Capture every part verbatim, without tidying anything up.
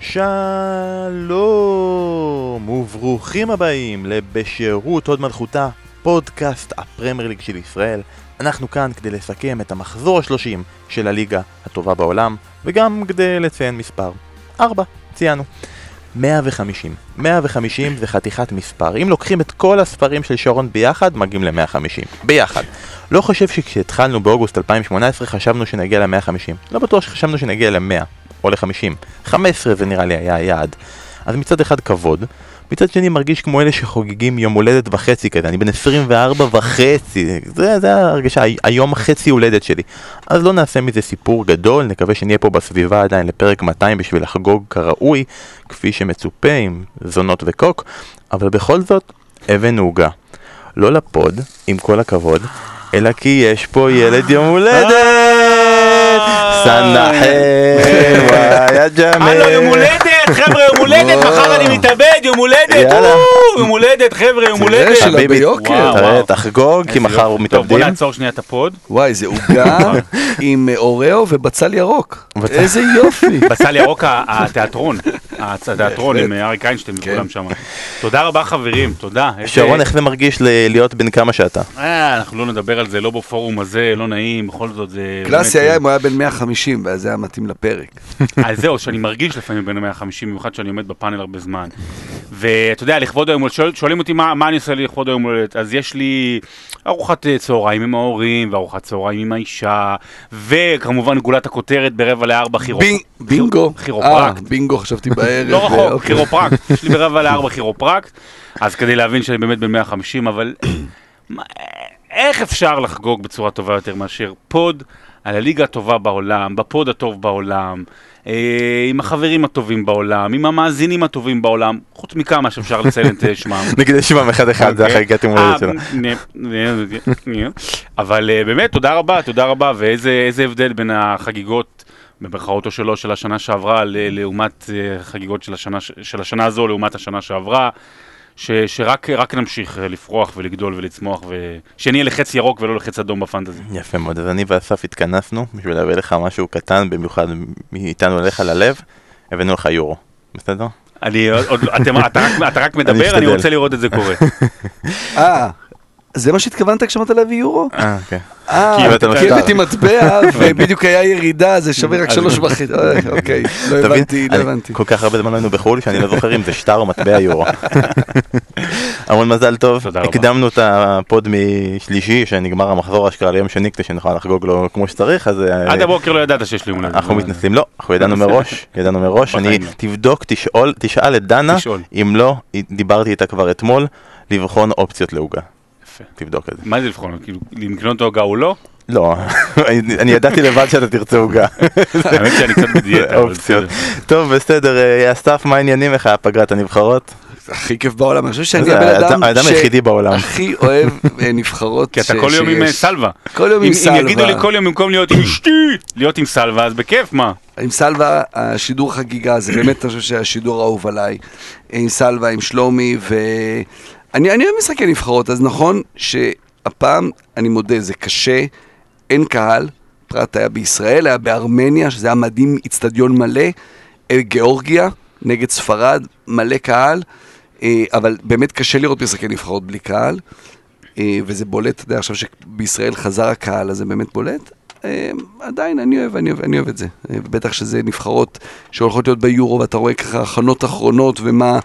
שלום וברוכים הבאים לבשירות עוד מלכותה, פודקאסט הפרמייר ליג של ישראל. אנחנו כאן כדי לסכם את המחזור השלושים של הליגה הטובה בעולם, וגם כדי לציין מספר ארבע, ציינו מאה וחמישים. מאה וחמישים זה חתיכת מספר. אם לוקחים את כל הספרים של שרון ביחד, מגיעים ל-מאה וחמישים. ביחד. לא חושב שכשהתחלנו באוגוסט אלפיים שמונה עשרה חשבנו שנגיע ל-מאה וחמישים. לא בטוח שחשבנו שנגיע ל-מאה או ל-חמישים. חמש עשרה זה נראה לי היה היעד. אז מצד אחד כבוד, מצד שני מרגיש כמו אלה שחוגגים יום הולדת וחצי כזה. אני בן עשרים וארבע וחצי. זה, זה הרגשה, היום חצי הולדת שלי. אז לא נעשה מזה סיפור גדול, נקווה שנהיה פה בסביבה עדיין לפרק מאתיים בשביל לחגוג כראוי, כפי שמצופה עם זונות וקוק, אבל בכל זאת, אבן עוגה. לא לפוד, עם כל הכבוד, אלא כי יש פה ילד יום הולדת! סנחם, וואי ג'מל. הלו, יום הולדת, חבר'ה, יום הולדת, מחר אני מתאבד, יום הולדת, יום הולדת, חבר'ה, יום הולדת. תראה שלה ביוקר. תראה, תחגוג, כי מחר מתאבדים. טוב, בוא נעצור שנייה את הפוד. וואי, זה עוגה עם אוריאו ובצל ירוק. איזה יופי. בצל ירוק התיאטרון, התיאטרון עם אריק איינשטיין וכולם שם. תודה רבה חברים, תודה. שרון, איך זה מרגיש להיות בן כמה שאתה? אה, אנחנו לא נדבר על זה, לא בפורום הזה, לא נעים, בכל זאת זה... קלאסי היה אם הוא היה בן מאה וחמישים, ואז זה היה מתאים לפרק. אז זהו, שאני מרגיש לפעמים בין מאה וחמישים, במיוחד שאני עומד בפאנל הרבה זמן. ואתה יודע, לכבוד היום, שואלים אותי מה, מה אני עושה לכבוד היום, אז יש לי ארוחת צהריים עם ההורים, וארוחת צהריים עם האישה, וכמובן גולת הכותרת ברבע לארבע כירופרקט. בינגו. כירופרקט. בינגו, חשבתי בערב. לא רחוק, כירופרקט. יש לי ברבע לארבע כירופרקט, אז כדי להבין שאני באמת בין מאה וחמישים, אבל איך אפשר לחגוג בצורה טובה יותר מאשר פוד על הליגה הטובה בעולם, בפוד הטוב בעולם, עם החברים הטובים בעולם, עם המאזינים הטובים בעולם, חוץ מכמה שאפשר לציין את שמם. נגיד יש שמם אחד אחד, זה החגיגת יום הולדת שלה. אבל באמת, תודה רבה, תודה רבה, ואיזה הבדל בין החגיגות, במרכאות או שלו, של השנה שעברה, לעומת חגיגות של השנה הזו, לעומת השנה שעברה. ש, שרק רק נמשיך לפרוח ולגדול ולצמוח, ושנהיה לחץ ירוק ולא לחץ אדום בפנטזי. יפה מאוד, אז אני ואסף התכנסנו בשביל להביא לך משהו קטן, במיוחד מאיתנו אליך ללב, הבאנו לך יורו, בסדר? אני עוד, אתם, אתה, רק, אתה רק מדבר, אני רוצה לראות את זה קורה. אה, זה מה שהתכוונת כשאמרת להביא יורו? אה, אוקיי. אה, כי הבאתי מטבע, ובדיוק היה ירידה, זה שווה רק שלוש וחצי. אוקיי, לא הבנתי, לא הבנתי. כל כך הרבה זמן היינו בחול, שאני לא זוכר אם זה שטר או מטבע יורו. המון מזל טוב, הקדמנו את הפוד משלישי, שנגמר המחזור אשכרה ליום שני, כדי שנוכל לחגוג לו כמו שצריך, אז... עד הבוקר לא ידעת שיש לי מולד. אנחנו מתנסים, לא, אנחנו ידענו מראש, ידענו מראש, אני תבדוק, תשאול, תשאל את דנה, אם לא, דיברתי איתה כבר אתמול, לבחון אופציות לעוגה. תבדוק את זה. מה זה לבחון? כאילו, למקנות את ההוגה או לא? לא, אני ידעתי לבד שאתה תרצה הוגה. האמת שאני קצת בדיאטה. אופציות. טוב, בסדר, אסף, מה העניינים לך, פגרת הנבחרות? הכי כיף בעולם, אני חושב שאני הבן אדם שהכי אוהב נבחרות. כי אתה כל יום עם סלווה. כל יום עם סלווה. אם יגידו לי כל יום במקום להיות עם אשתי, להיות עם סלווה, אז בכיף, מה? עם סלווה, השידור חגיגה, זה באמת, אני חושב שהשידור האהוב עליי. עם סלווה, עם שלומי, ו... אני, אני אוהב משחקי נבחרות, אז נכון שהפעם, אני מודה, זה קשה, אין קהל, פרט היה בישראל, היה בארמניה, שזה היה מדהים, אצטדיון מלא, גיאורגיה, נגד ספרד, מלא קהל, אבל באמת קשה לראות משחקי נבחרות בלי קהל, וזה בולט, אתה יודע, עכשיו שבישראל חזר הקהל, אז זה באמת בולט, עדיין אני אוהב, אני אוהב, אני אוהב את זה. בטח שזה נבחרות שהולכות להיות ביורו, ואתה רואה ככה הכנות אחרונות, ומה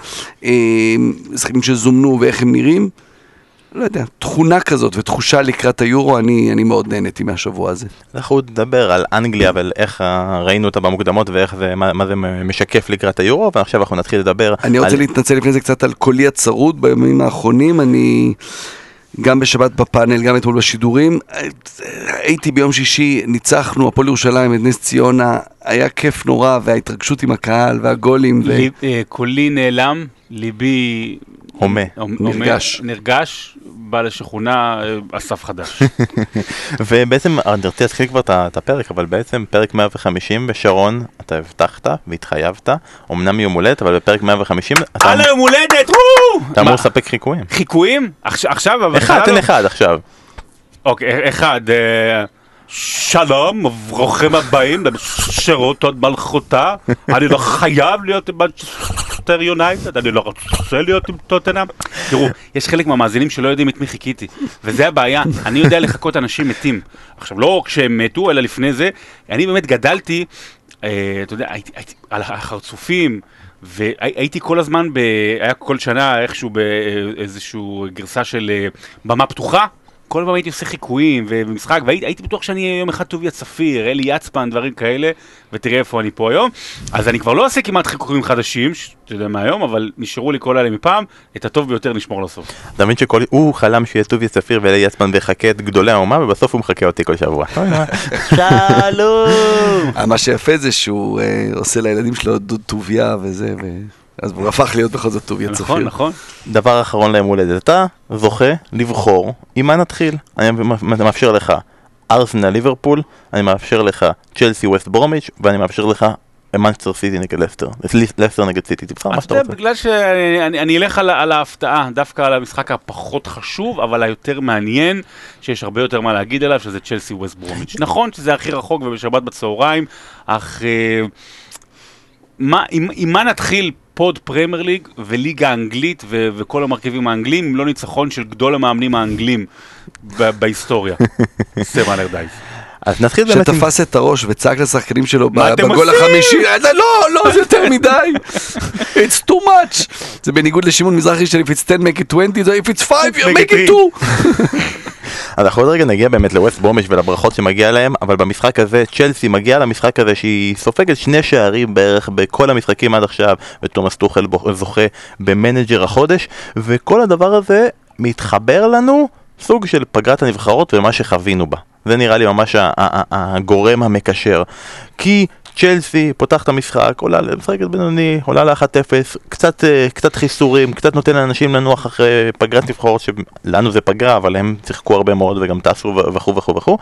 משחקים שזומנו ואיך הם נראים. לא יודע, תכונה כזאת ותחושה לקראת היורו, אני, אני מאוד נהניתי מהשבוע הזה. אנחנו נדבר על אנגליה, ועל איך ראינו אותה במוקדמות, ואיך זה, מה, מה זה משקף לקראת היורו, ועכשיו אנחנו נתחיל לדבר. אני רוצה על... להתנצל לפני זה קצת על קולי הצרוד בימים האחרונים, אני... גם בשבת בפאנל, גם אתמול בשידורים, הייתי ביום שישי, ניצחנו, הפועל ירושלים, את נס ציונה, היה כיף נורא, וההתרגשות עם הקהל, והגולים. קולי נעלם, ליבי... הומה. נרגש. נרגש, בא לשכונה, אסף חדש. ובעצם, אני רוצה להתחיל כבר את הפרק, אבל בעצם פרק מאה וחמישים בשרון, אתה הבטחת והתחייבת, אמנם יום הולדת, אבל בפרק מאה וחמישים... על היום הולדת, אתה אמור לספק חיקויים. חיקויים? עכשיו? אחד, תן אחד עכשיו. אוקיי, אחד. שלום, ברוכים הבאים לשירות עוד מלכותה, אני לא חייב להיות עם מנצ'סטר יונייטד, אני לא רוצה להיות עם טוטנהאם. תראו, יש חלק מהמאזינים שלא יודעים את מי חיכיתי, וזה הבעיה, אני יודע לחכות אנשים מתים. עכשיו, לא כשהם מתו, אלא לפני זה, אני באמת גדלתי, אתה יודע, על החרצופים, והייתי כל הזמן, היה כל שנה איכשהו באיזשהו גרסה של במה פתוחה, כל פעם הייתי עושה חיקויים ומשחק, והייתי בטוח שאני יום אחד טוביה צפיר, אלי יצפן, דברים כאלה, ותראה איפה אני פה היום. אז אני כבר לא עושה כמעט חיקויים חדשים, אתה יודע מה היום, אבל נשארו לי כל אלה מפעם, את הטוב ביותר נשמור לסוף. אתה מבין שהוא חלם שיהיה טוביה צפיר ואלי יצפן ויחכה את גדולי האומה, ובסוף הוא מחכה אותי כל שבוע. שלום! מה שיפה זה שהוא עושה לילדים שלו דוד טוביה וזה, אז הוא הפך להיות בכל זאת טוביה צפיר. נכון, נכון. דבר אחרון להם הולדת, אתה זוכה לבחור עם מה נתחיל. אני מאפשר לך ארסנל ליברפול, אני מאפשר לך צ'לסי ווסט ברומיץ', ואני מאפשר לך מנצ'סטר סיטי נגד לסטר. לסטר נגד סיטי, תבחר מה שאתה רוצה. בגלל שאני אלך על ההפתעה, דווקא על המשחק הפחות חשוב, אבל היותר מעניין, שיש הרבה יותר מה להגיד עליו, שזה צ'לסי ווסט ברומיץ'. נכון שזה הכי רחוק ובשבת בצהריים, אך עם מה נתחיל פוד פרמייר ליג וליגה האנגלית ו- וכל המרכיבים האנגלים, אם לא ניצחון של גדול המאמנים האנגלים ב- בהיסטוריה. סם אלרדייס. אז נתחיל באמת... שתפס את הראש וצעק לשחקנים שלו בגול החמישי, לא, לא, זה יותר מדי. It's too much. זה בניגוד לשימון מזרחי של if it's ten, make it twenty, if it's five, you make it two. אז אנחנו עוד רגע נגיע באמת לווסט ברומיץ' ולברכות שמגיע להם, אבל במשחק הזה, צ'לסי מגיע למשחק הזה שהיא סופגת שני שערים בערך בכל המשחקים עד עכשיו, ותומאס טוחל זוכה במנג'ר החודש, וכל הדבר הזה מתחבר לנו סוג של פגרת הנבחרות ומה שחווינו בה. זה נראה לי ממש הגורם המקשר. כי צ'לסי פותח את המשחק, עולה למשחקת בינוני, עולה ל-אחת אפס, קצת, קצת חיסורים, קצת נותן לאנשים לנוח אחרי פגרת נבחרות, שלנו זה פגרה, אבל הם שיחקו הרבה מאוד וגם טסו וכו' וכו' וכו'.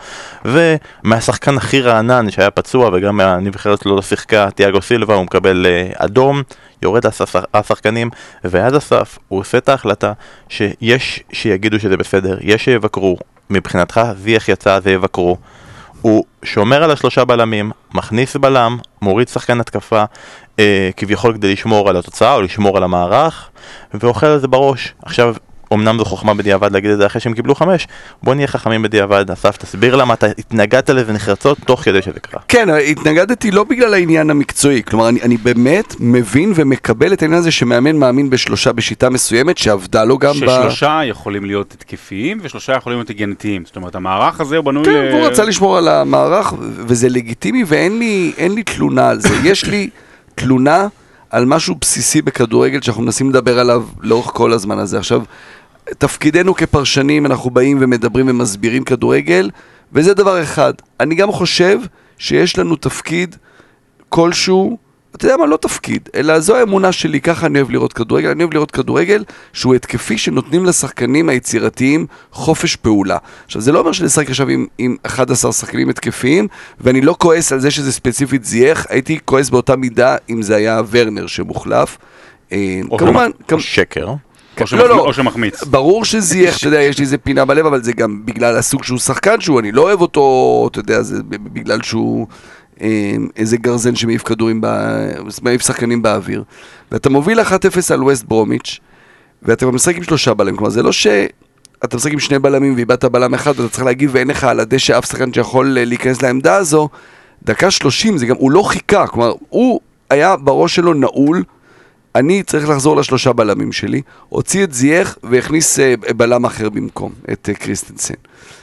ומהשחקן הכי רענן שהיה פצוע וגם מהנבחרת שלו לא שיחקה, תיאגו סילבה, הוא מקבל אדום, יורד השחקנים, ועד הסף הוא עושה את ההחלטה שיש שיגידו שזה בסדר, יש שיבקרו, מבחינתך זיח יצא, זה יבקרו. הוא שומר על השלושה בלמים, מכניס בלם, מוריד שחקן התקפה, אה, כביכול כדי לשמור על התוצאה או לשמור על המערך, ואוכל על זה בראש. עכשיו, אמנם זו חוכמה בדיעבד להגיד את זה אחרי שהם קיבלו חמש, בוא נהיה חכמים בדיעבד. אסף, תסביר למה אתה התנגדת לזה נחרצות תוך כדי שזה קרה. כן, התנגדתי לא בגלל העניין המקצועי, כלומר אני, אני באמת מבין ומקבל את העניין הזה שמאמן מאמין בשלושה בשיטה מסוימת שעבדה לו גם ששלושה ב... ששלושה יכולים להיות התקפיים ושלושה יכולים להיות הגנתיים, זאת אומרת המערך הזה הוא בנוי... כן, ל... הוא רצה לשמור על המערך וזה לגיטימי ואין לי, אין לי תלונה על זה, יש לי תלונה על משהו בסיסי בכדורגל שאנחנו מנסים לדבר עליו לאורך כל הזמן הזה. עכשיו, תפקידנו כפרשנים, אנחנו באים ומדברים ומסבירים כדורגל, וזה דבר אחד. אני גם חושב שיש לנו תפקיד כלשהו, אתה יודע מה, לא תפקיד, אלא זו האמונה שלי, ככה אני אוהב לראות כדורגל, אני אוהב לראות כדורגל שהוא התקפי שנותנים לשחקנים היצירתיים חופש פעולה. עכשיו, זה לא אומר שנשחק עכשיו עם, עם אחד עשר שחקנים התקפיים, ואני לא כועס על זה שזה ספציפית זייך, הייתי כועס באותה מידה אם זה היה ורנר שמוחלף. או כמובן, כמו שקר. או, שמח... לא, לא. או שמחמיץ. ברור שזייך, אתה יודע, יש לי איזה פינה בלב, אבל זה גם בגלל הסוג שהוא שחקן שהוא, אני לא אוהב אותו, אתה יודע, זה בגלל שהוא אה, איזה גרזן שמעיף כדורים, מעיף שחקנים באוויר. ואתה מוביל אחת אפס על ווסט ברומיץ', ואתה משחק עם שלושה בלמים, כלומר, זה לא שאתה משחק עם שני בלמים ואיבדת בלם אחד, ואתה צריך להגיב ואין לך על הדשא אף שחקן שיכול להיכנס לעמדה הזו, דקה שלושים, זה גם, הוא לא חיכה, כלומר, הוא היה בראש שלו נעול, אני צריך לחזור לשלושה בלמים שלי, הוציא את זייך והכניס בלם אחר במקום, את קריסטנסן.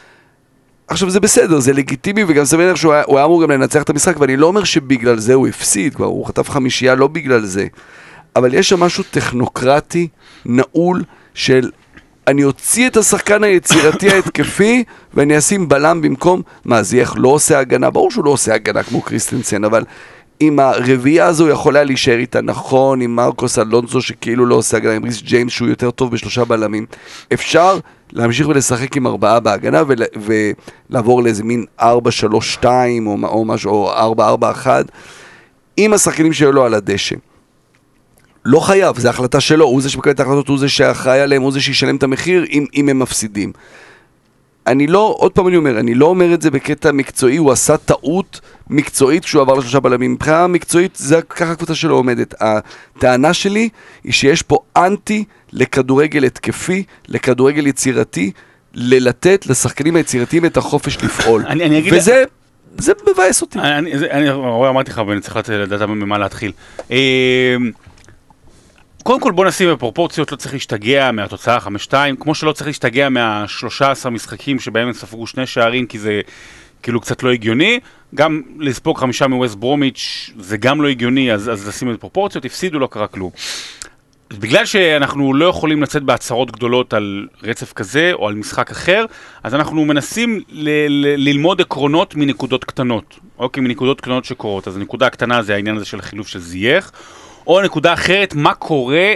עכשיו זה בסדר, זה לגיטימי וגם זה מניח שהוא היה, היה אמור גם לנצח את המשחק, ואני לא אומר שבגלל זה הוא הפסיד, כבר הוא חטף חמישייה לא בגלל זה, אבל יש שם משהו טכנוקרטי, נעול, של אני אוציא את השחקן היצירתי ההתקפי, ואני אשים בלם במקום, מה זייך לא עושה הגנה, ברור שהוא לא עושה הגנה כמו קריסטנסן, אבל עם הרביעייה הזו יכול היה להישאר איתה נכון, עם מרקוס אלונזו שכאילו לא עושה הגנה, עם ריס ג'יימס שהוא יותר טוב בשלושה בלמים. אפשר להמשיך ולשחק עם ארבעה בהגנה ול, ולעבור לאיזה מין ארבע שלוש שתיים או, או משהו, או ארבע ארבע אחת, עם השחקנים שלו על הדשא. לא חייב, זו החלטה שלו, הוא זה שמקבל את ההחלטות, הוא זה שאחראי עליהם, הוא זה שישלם את המחיר אם, אם הם מפסידים. אני לא, עוד פעם אני אומר, אני לא אומר את זה בקטע מקצועי, הוא עשה טעות מקצועית כשהוא עבר לשלושה בלמים. מבחינה מקצועית, זה ככה הקבוצה שלו עומדת. הטענה שלי היא שיש פה אנטי לכדורגל התקפי, לכדורגל יצירתי, ללתת לשחקנים היצירתיים את החופש לפעול. אני, אני אגיד... וזה... זה מבאס אותי. אני, אני, רואה, אמרתי לך, ואני צריך לדעת ממה להתחיל. קודם כל בוא נשים בפרופורציות, לא צריך להשתגע מהתוצאה חמש שתיים, כמו שלא צריך להשתגע מה-שלושה עשר משחקים שבהם הם ספגו שני שערים, כי זה כאילו קצת לא הגיוני, גם לספוג חמישה מווסט ברומיץ' זה גם לא הגיוני, אז, אז לשים את פרופורציות, הפסידו, לא קרה כלום. בגלל שאנחנו לא יכולים לצאת בהצהרות גדולות על רצף כזה או על משחק אחר, אז אנחנו מנסים ל- ל- ללמוד עקרונות מנקודות קטנות, אוקיי, מנקודות קטנות שקורות. אז הנקודה הקטנה זה העניין הזה של החילוף של זייח, או נקודה אחרת, מה קורה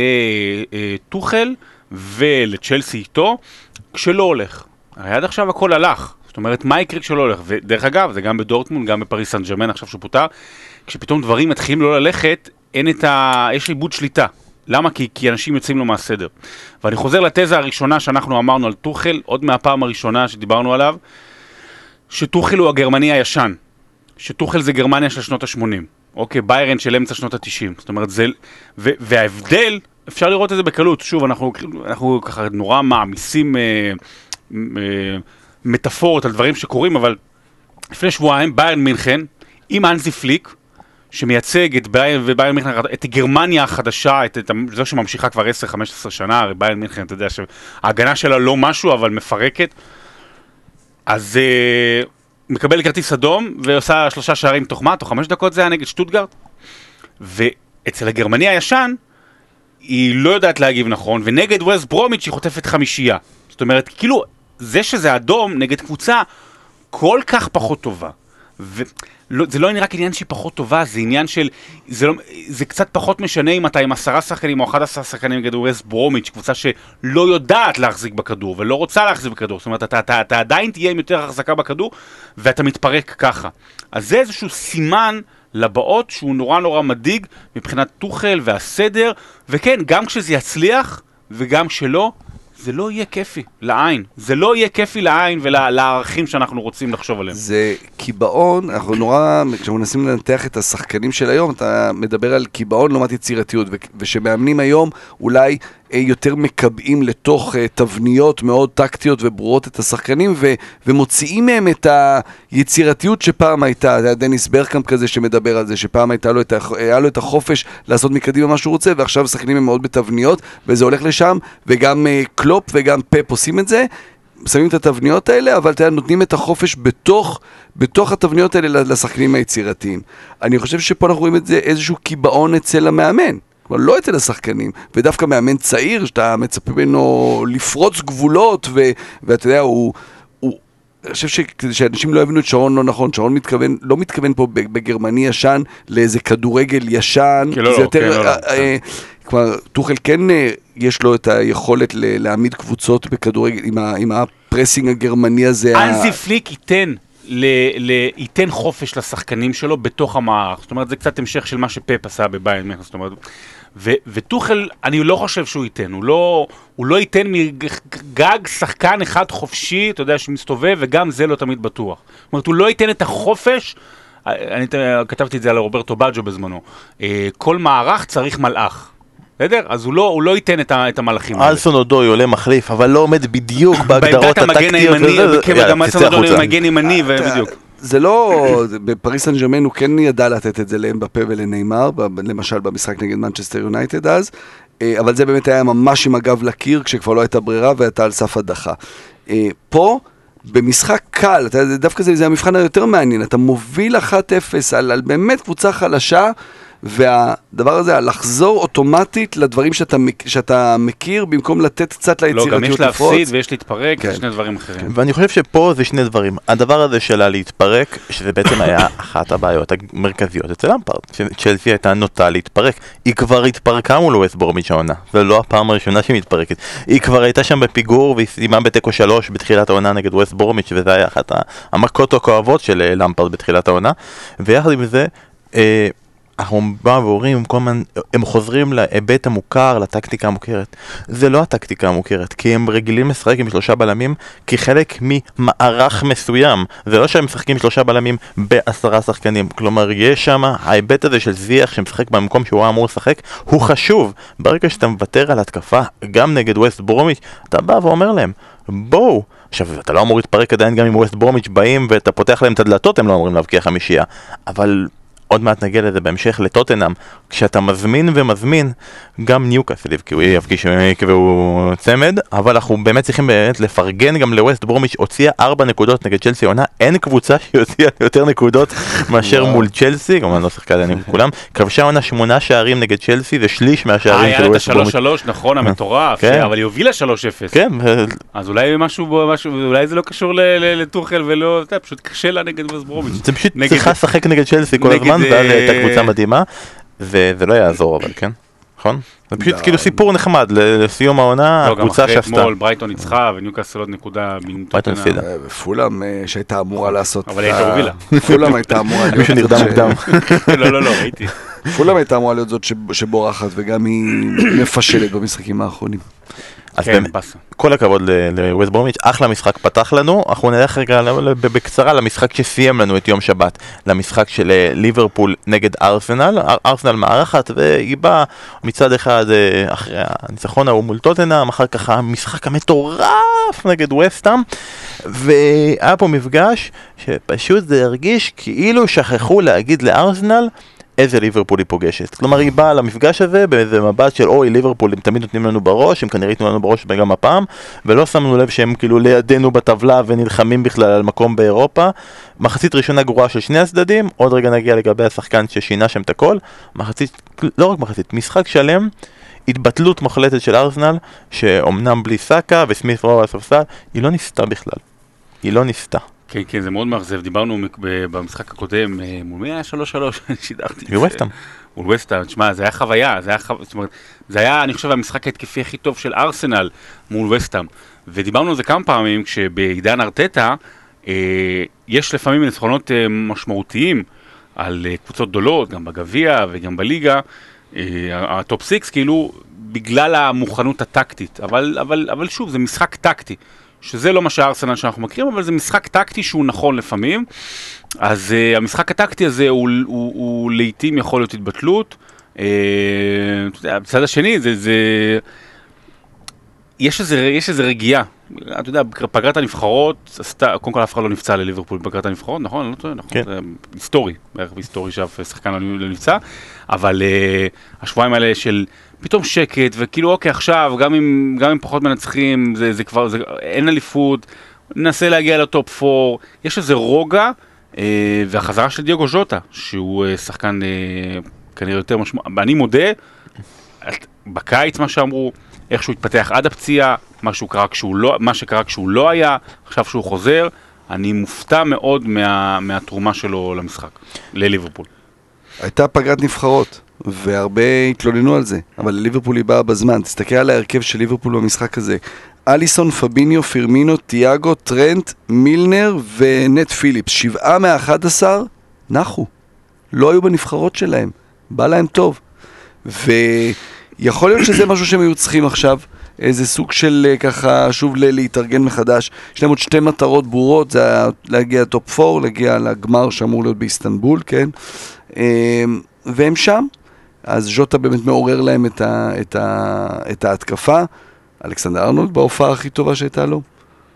לטוחל ולצ'לסי איתו כשלא הולך. הרי עד עכשיו הכל הלך, זאת אומרת, מה יקרה כשלא הולך? ודרך אגב, זה גם בדורטמונד, גם בפריס סן ז'רמן, עכשיו שהוא פוטר, כשפתאום דברים מתחילים לא ללכת, אין את ה... יש איבוד שליטה. למה? כי, כי אנשים יוצאים לו מהסדר. ואני חוזר לתזה הראשונה שאנחנו אמרנו על טוחל, עוד מהפעם הראשונה שדיברנו עליו, שטוחל הוא הגרמני הישן. שטוחל זה גרמניה של שנות ה-שמונים. אוקיי, ביירן של אמצע שנות ה-תשעים. זאת אומרת, זה... ו- וההבדל, אפשר לראות את זה בקלות. שוב, אנחנו, אנחנו ככה נורא מעמיסים אה, אה, מטאפורות על דברים שקורים, אבל לפני שבועיים, ביירן מינכן, עם אנזי פליק, שמייצג את ביירן וביירן מינכן, את גרמניה החדשה, את, את זו שממשיכה כבר עשר חמש עשרה שנה, הרי ביירן מינכן, אתה יודע שההגנה שלה לא משהו, אבל מפרקת. אז uh, מקבל כרטיס אדום, ועושה שלושה שערים תוך מה, תוך חמש דקות זה היה נגד שטוטגרט. ואצל הגרמני הישן, היא לא יודעת להגיב נכון, ונגד ווסט ברומיץ' היא חוטפת חמישייה. זאת אומרת, כאילו, זה שזה אדום נגד קבוצה כל כך פחות טובה. ו... לא, זה לא נראה כעניין שהיא פחות טובה, זה עניין של, זה, לא, זה קצת פחות משנה אם אתה עם עשרה שחקנים או אחד עשרה שחקנים נגד ווסט ברומיץ', קבוצה שלא יודעת להחזיק בכדור ולא רוצה להחזיק בכדור, זאת אומרת, אתה, אתה, אתה עדיין תהיה עם יותר החזקה בכדור ואתה מתפרק ככה. אז זה איזשהו סימן לבאות שהוא נורא נורא מדאיג מבחינת טוחל והסדר, וכן, גם כשזה יצליח וגם כשלא, זה לא יהיה כיפי לעין, זה לא יהיה כיפי לעין ולערכים שאנחנו רוצים לחשוב עליהם. זה קיבעון, אנחנו נורא, כשאנחנו מנסים לנתח את השחקנים של היום, אתה מדבר על קיבעון לעומת יצירתיות, ושמאמנים היום אולי יותר מקבעים לתוך תבניות מאוד טקטיות וברורות את השחקנים, ו- ומוציאים מהם את היצירתיות שפעם הייתה, זה היה דניס ברקאמפ כזה שמדבר על זה, שפעם הייתה לו את, היה לו את החופש לעשות מקדימה מה שהוא רוצה, ועכשיו השחקנים הם מאוד בתבניות, וזה הולך לשם, וגם קלופ וגם פפ עושים את זה, שמים את התבניות האלה, אבל אתם נותנים את החופש בתוך, בתוך התבניות האלה לשחקנים היצירתיים. אני חושב שפה אנחנו רואים את זה איזשהו קיבעון אצל המאמן. כלומר, לא אצל השחקנים, ודווקא מאמן צעיר, שאתה מצפה ממנו לפרוץ גבולות, ו- ואתה יודע, הוא, הוא, אני חושב שכדי שאנשים לא יבינו את שרון לא נכון, שרון מתכוון, לא מתכוון פה בגרמני ישן, לאיזה כדורגל ישן, כי לא, זה לא, יותר, כן, לא, לא. כלומר, טוחל כן יש לו את היכולת להעמיד קבוצות בכדורגל, עם, ה- עם הפרסינג הגרמני הזה. אנזי פליק ייתן, ל- ל- ייתן חופש לשחקנים שלו בתוך המערך, זאת אומרת, זה קצת המשך של מה שפפ עשה בביירן מינכן, זאת אומרת, ו- וטוחל, אני לא חושב שהוא ייתן, הוא לא, הוא לא ייתן מגג שחקן אחד חופשי, אתה יודע, שמסתובב, וגם זה לא תמיד בטוח. זאת אומרת, הוא לא ייתן את החופש, אני כתבתי את זה על רוברטו בג'ו בזמנו, כל מערך צריך מלאך. בסדר? אז הוא לא, הוא לא ייתן את, ה, את המלאכים האלה. אלסון אודוי עולה מחליף, אבל לא עומד בדיוק בהגדרות הטקטיות. גם אלסון אודוי הוא מגן ימני, ובדיוק. זה לא, בפריס סן ז'רמן הוא כן ידע לתת את זה לאמבפה ולניימר, למשל במשחק נגד מנצ'סטר יונייטד אז, אבל זה באמת היה ממש עם הגב לקיר, כשכבר לא הייתה ברירה והייתה על סף הדחה. פה, במשחק קל, דווקא זה, זה המבחן היותר מעניין, אתה מוביל אחת אפס על, על באמת קבוצה חלשה, והדבר הזה, לחזור אוטומטית לדברים שאתה, שאתה מכיר, במקום לתת קצת ליצירתיות לפרוץ. לא, גם יש להפסיד ויש להתפרק, כן. זה שני דברים אחרים. ואני חושב שפה זה שני דברים. הדבר הזה שלה להתפרק, שזה בעצם היה אחת הבעיות המרכזיות אצל למפרד. צ'לסי הייתה נוטה להתפרק. היא כבר התפרקה מול ווסט ברומיץ' העונה. זו לא הפעם הראשונה שהיא מתפרקת. היא כבר הייתה שם בפיגור, והיא סיימה בתיקו שלוש בתחילת העונה נגד ווסט ברומיץ', וזה היה אחת המכות הכואבות של למפרד בתחילת העונה. ויחד עם זה, אה, אנחנו באים ואומרים, הם חוזרים להיבט המוכר, לטקטיקה המוכרת. זה לא הטקטיקה המוכרת, כי הם רגילים לשחק עם שלושה בלמים כחלק ממערך מסוים. זה לא שהם משחקים שלושה בלמים בעשרה שחקנים. כלומר, יש שם, ההיבט הזה של זיח שמשחק במקום שהוא אמור לשחק, הוא חשוב. ברגע שאתה מוותר על התקפה, גם נגד ווסט ברומיץ', אתה בא ואומר להם, בואו. עכשיו, אתה לא אמור להתפרק עדיין גם עם ווסט ברומיץ' באים ואתה פותח להם את הדלתות, הם לא אמורים להבקיע חמישייה. אבל עוד מעט נגיע לזה בהמשך לטוטנהאם, כשאתה מזמין ומזמין, גם ניוקאסל יבקיש והוא צמד, אבל אנחנו באמת צריכים באמת לפרגן גם לווסט ברומיץ' הוציאה ארבע נקודות נגד צ'לסי עונה, אין קבוצה שהוציאה יותר נקודות מאשר מול צ'לסי, כמובן לא שחקה עדיין כולם, כבשה עונה שמונה שערים נגד צ'לסי, זה שליש מהשערים של ווסט ברומיץ'. היה את ה-שלוש שלוש, נכון, המטורף, אבל היא הובילה שלוש אפס. כן. אז אולי משהו, אולי זה לא קשור לטוחל ולא, פשוט קשה לה נגד ווסט ברומיץ'. זה פשוט צריכה לשחק נגד צ'לסי כל הזמן, ואז הייתה קבוצה מדהימה, וזה לא יעזור אבל, כן? נכון? זה פשוט כאילו סיפור נחמד, לסיום העונה, הקבוצה שעשתה. גם אחרי אתמול ברייטון ניצחה, וניוקאסל עוד נקודה ברייטון הפסידה. ופולאם שהייתה אמורה לעשות... אבל הייתה הובילה. פולאם הייתה אמורה להיות... מישהו נרדם מוקדם. לא, לא, לא, ראיתי. פולאם הייתה אמורה להיות זאת שבורחת, וגם היא מפשלת במשחקים האחרונים. אז באמת, כל הכבוד לווסט ברומיץ', אחלה משחק פתח לנו, אנחנו נלך רגע בקצרה למשחק שסיים לנו את יום שבת, למשחק של ליברפול נגד ארסנל, ארסנל מארחת והיא באה מצד אחד אחרי הניצחון ההוא מול טוטנהאם, אחר כך המשחק המטורף נגד וסטהאם, והיה פה מפגש שפשוט זה הרגיש כאילו שכחו להגיד לארסנל איזה ליברפול היא פוגשת. כלומר, היא באה למפגש הזה באיזה מבט של אוי, ליברפול, הם תמיד נותנים לנו בראש, הם כנראה ייתנו לנו בראש גם הפעם, ולא שמנו לב שהם כאילו לידינו בטבלה ונלחמים בכלל על מקום באירופה. מחצית ראשונה גרועה של שני הצדדים, עוד רגע נגיע לגבי השחקן ששינה שם את הכל. מחצית, לא רק מחצית, משחק שלם, התבטלות מוחלטת של ארסנל, שאומנם בלי סאקה וסמית רו על הספסל, היא לא ניסתה בכלל. היא לא ניסתה. כן, כן, זה מאוד מאכזב. דיברנו במשחק הקודם, מול מי היה שלוש שלוש? שידרתי. מול וסטהאם. מול וסטהאם, תשמע, זה היה חוויה, זה היה חוויה, זאת אומרת, זה היה, אני חושב, המשחק ההתקפי הכי טוב של ארסנל מול וסטהאם. ודיברנו על זה כמה פעמים, כשבעידן ארטטה, אה, יש לפעמים ניצחונות אה, משמעותיים על אה, קבוצות גדולות, גם בגביע וגם בליגה, אה, הטופ סיקס, כאילו, בגלל המוכנות הטקטית. אבל, אבל, אבל שוב, זה משחק טקטי. שזה לא מה שהארסנל שאנחנו מכירים, אבל זה משחק טקטי שהוא נכון לפעמים. אז uh, המשחק הטקטי הזה הוא, הוא, הוא לעתים יכול להיות התבטלות. Uh, בצד השני, זה, זה... יש איזה, יש איזה רגיעה. אתה יודע, פגרת הנבחרות, עשתה, קודם כל אף אחד לא נפצע לליברפול בפגרת הנבחרות, נכון? לא טועה, נכון. כן. זה היסטורי, בערך היסטורי שאף שחקן לא נפצע. אבל uh, השבועיים האלה של... פתאום שקט, וכאילו אוקיי עכשיו, גם אם, גם אם פחות מנצחים, זה, זה כבר, זה, אין אליפות, ננסה להגיע לטופ ארבע, יש איזה רוגע, אה, והחזרה של דיאגו ז'וטה, שהוא אה, שחקן אה, כנראה יותר משמעות, ואני מודה, בקיץ מה שאמרו, איך שהוא התפתח עד הפציעה, מה, קרה כשהוא לא, מה שקרה כשהוא לא היה, עכשיו שהוא חוזר, אני מופתע מאוד מה, מהתרומה שלו למשחק, לליברפול. הייתה פגרת נבחרות. והרבה התלוננו על זה, אבל ליברפול היא באה בזמן. תסתכל על ההרכב של ליברפול במשחק הזה. אליסון, פביניו, פירמינו, תיאגו, טרנט, מילנר ונט פיליפס. שבעה מה-אחד עשר נחו. לא היו בנבחרות שלהם. בא להם טוב. ויכול להיות שזה משהו שהם היו צריכים עכשיו. איזה סוג של ככה שוב להתארגן מחדש. יש להם עוד שתי מטרות ברורות. זה להגיע לטופ ארבע, להגיע לגמר שאמור להיות באיסטנבול, כן? והם שם. אז ז'וטה באמת מעורר להם את, ה, את, ה, את ההתקפה. אלכסנדר ארנולד בהופעה הכי טובה שהייתה לו.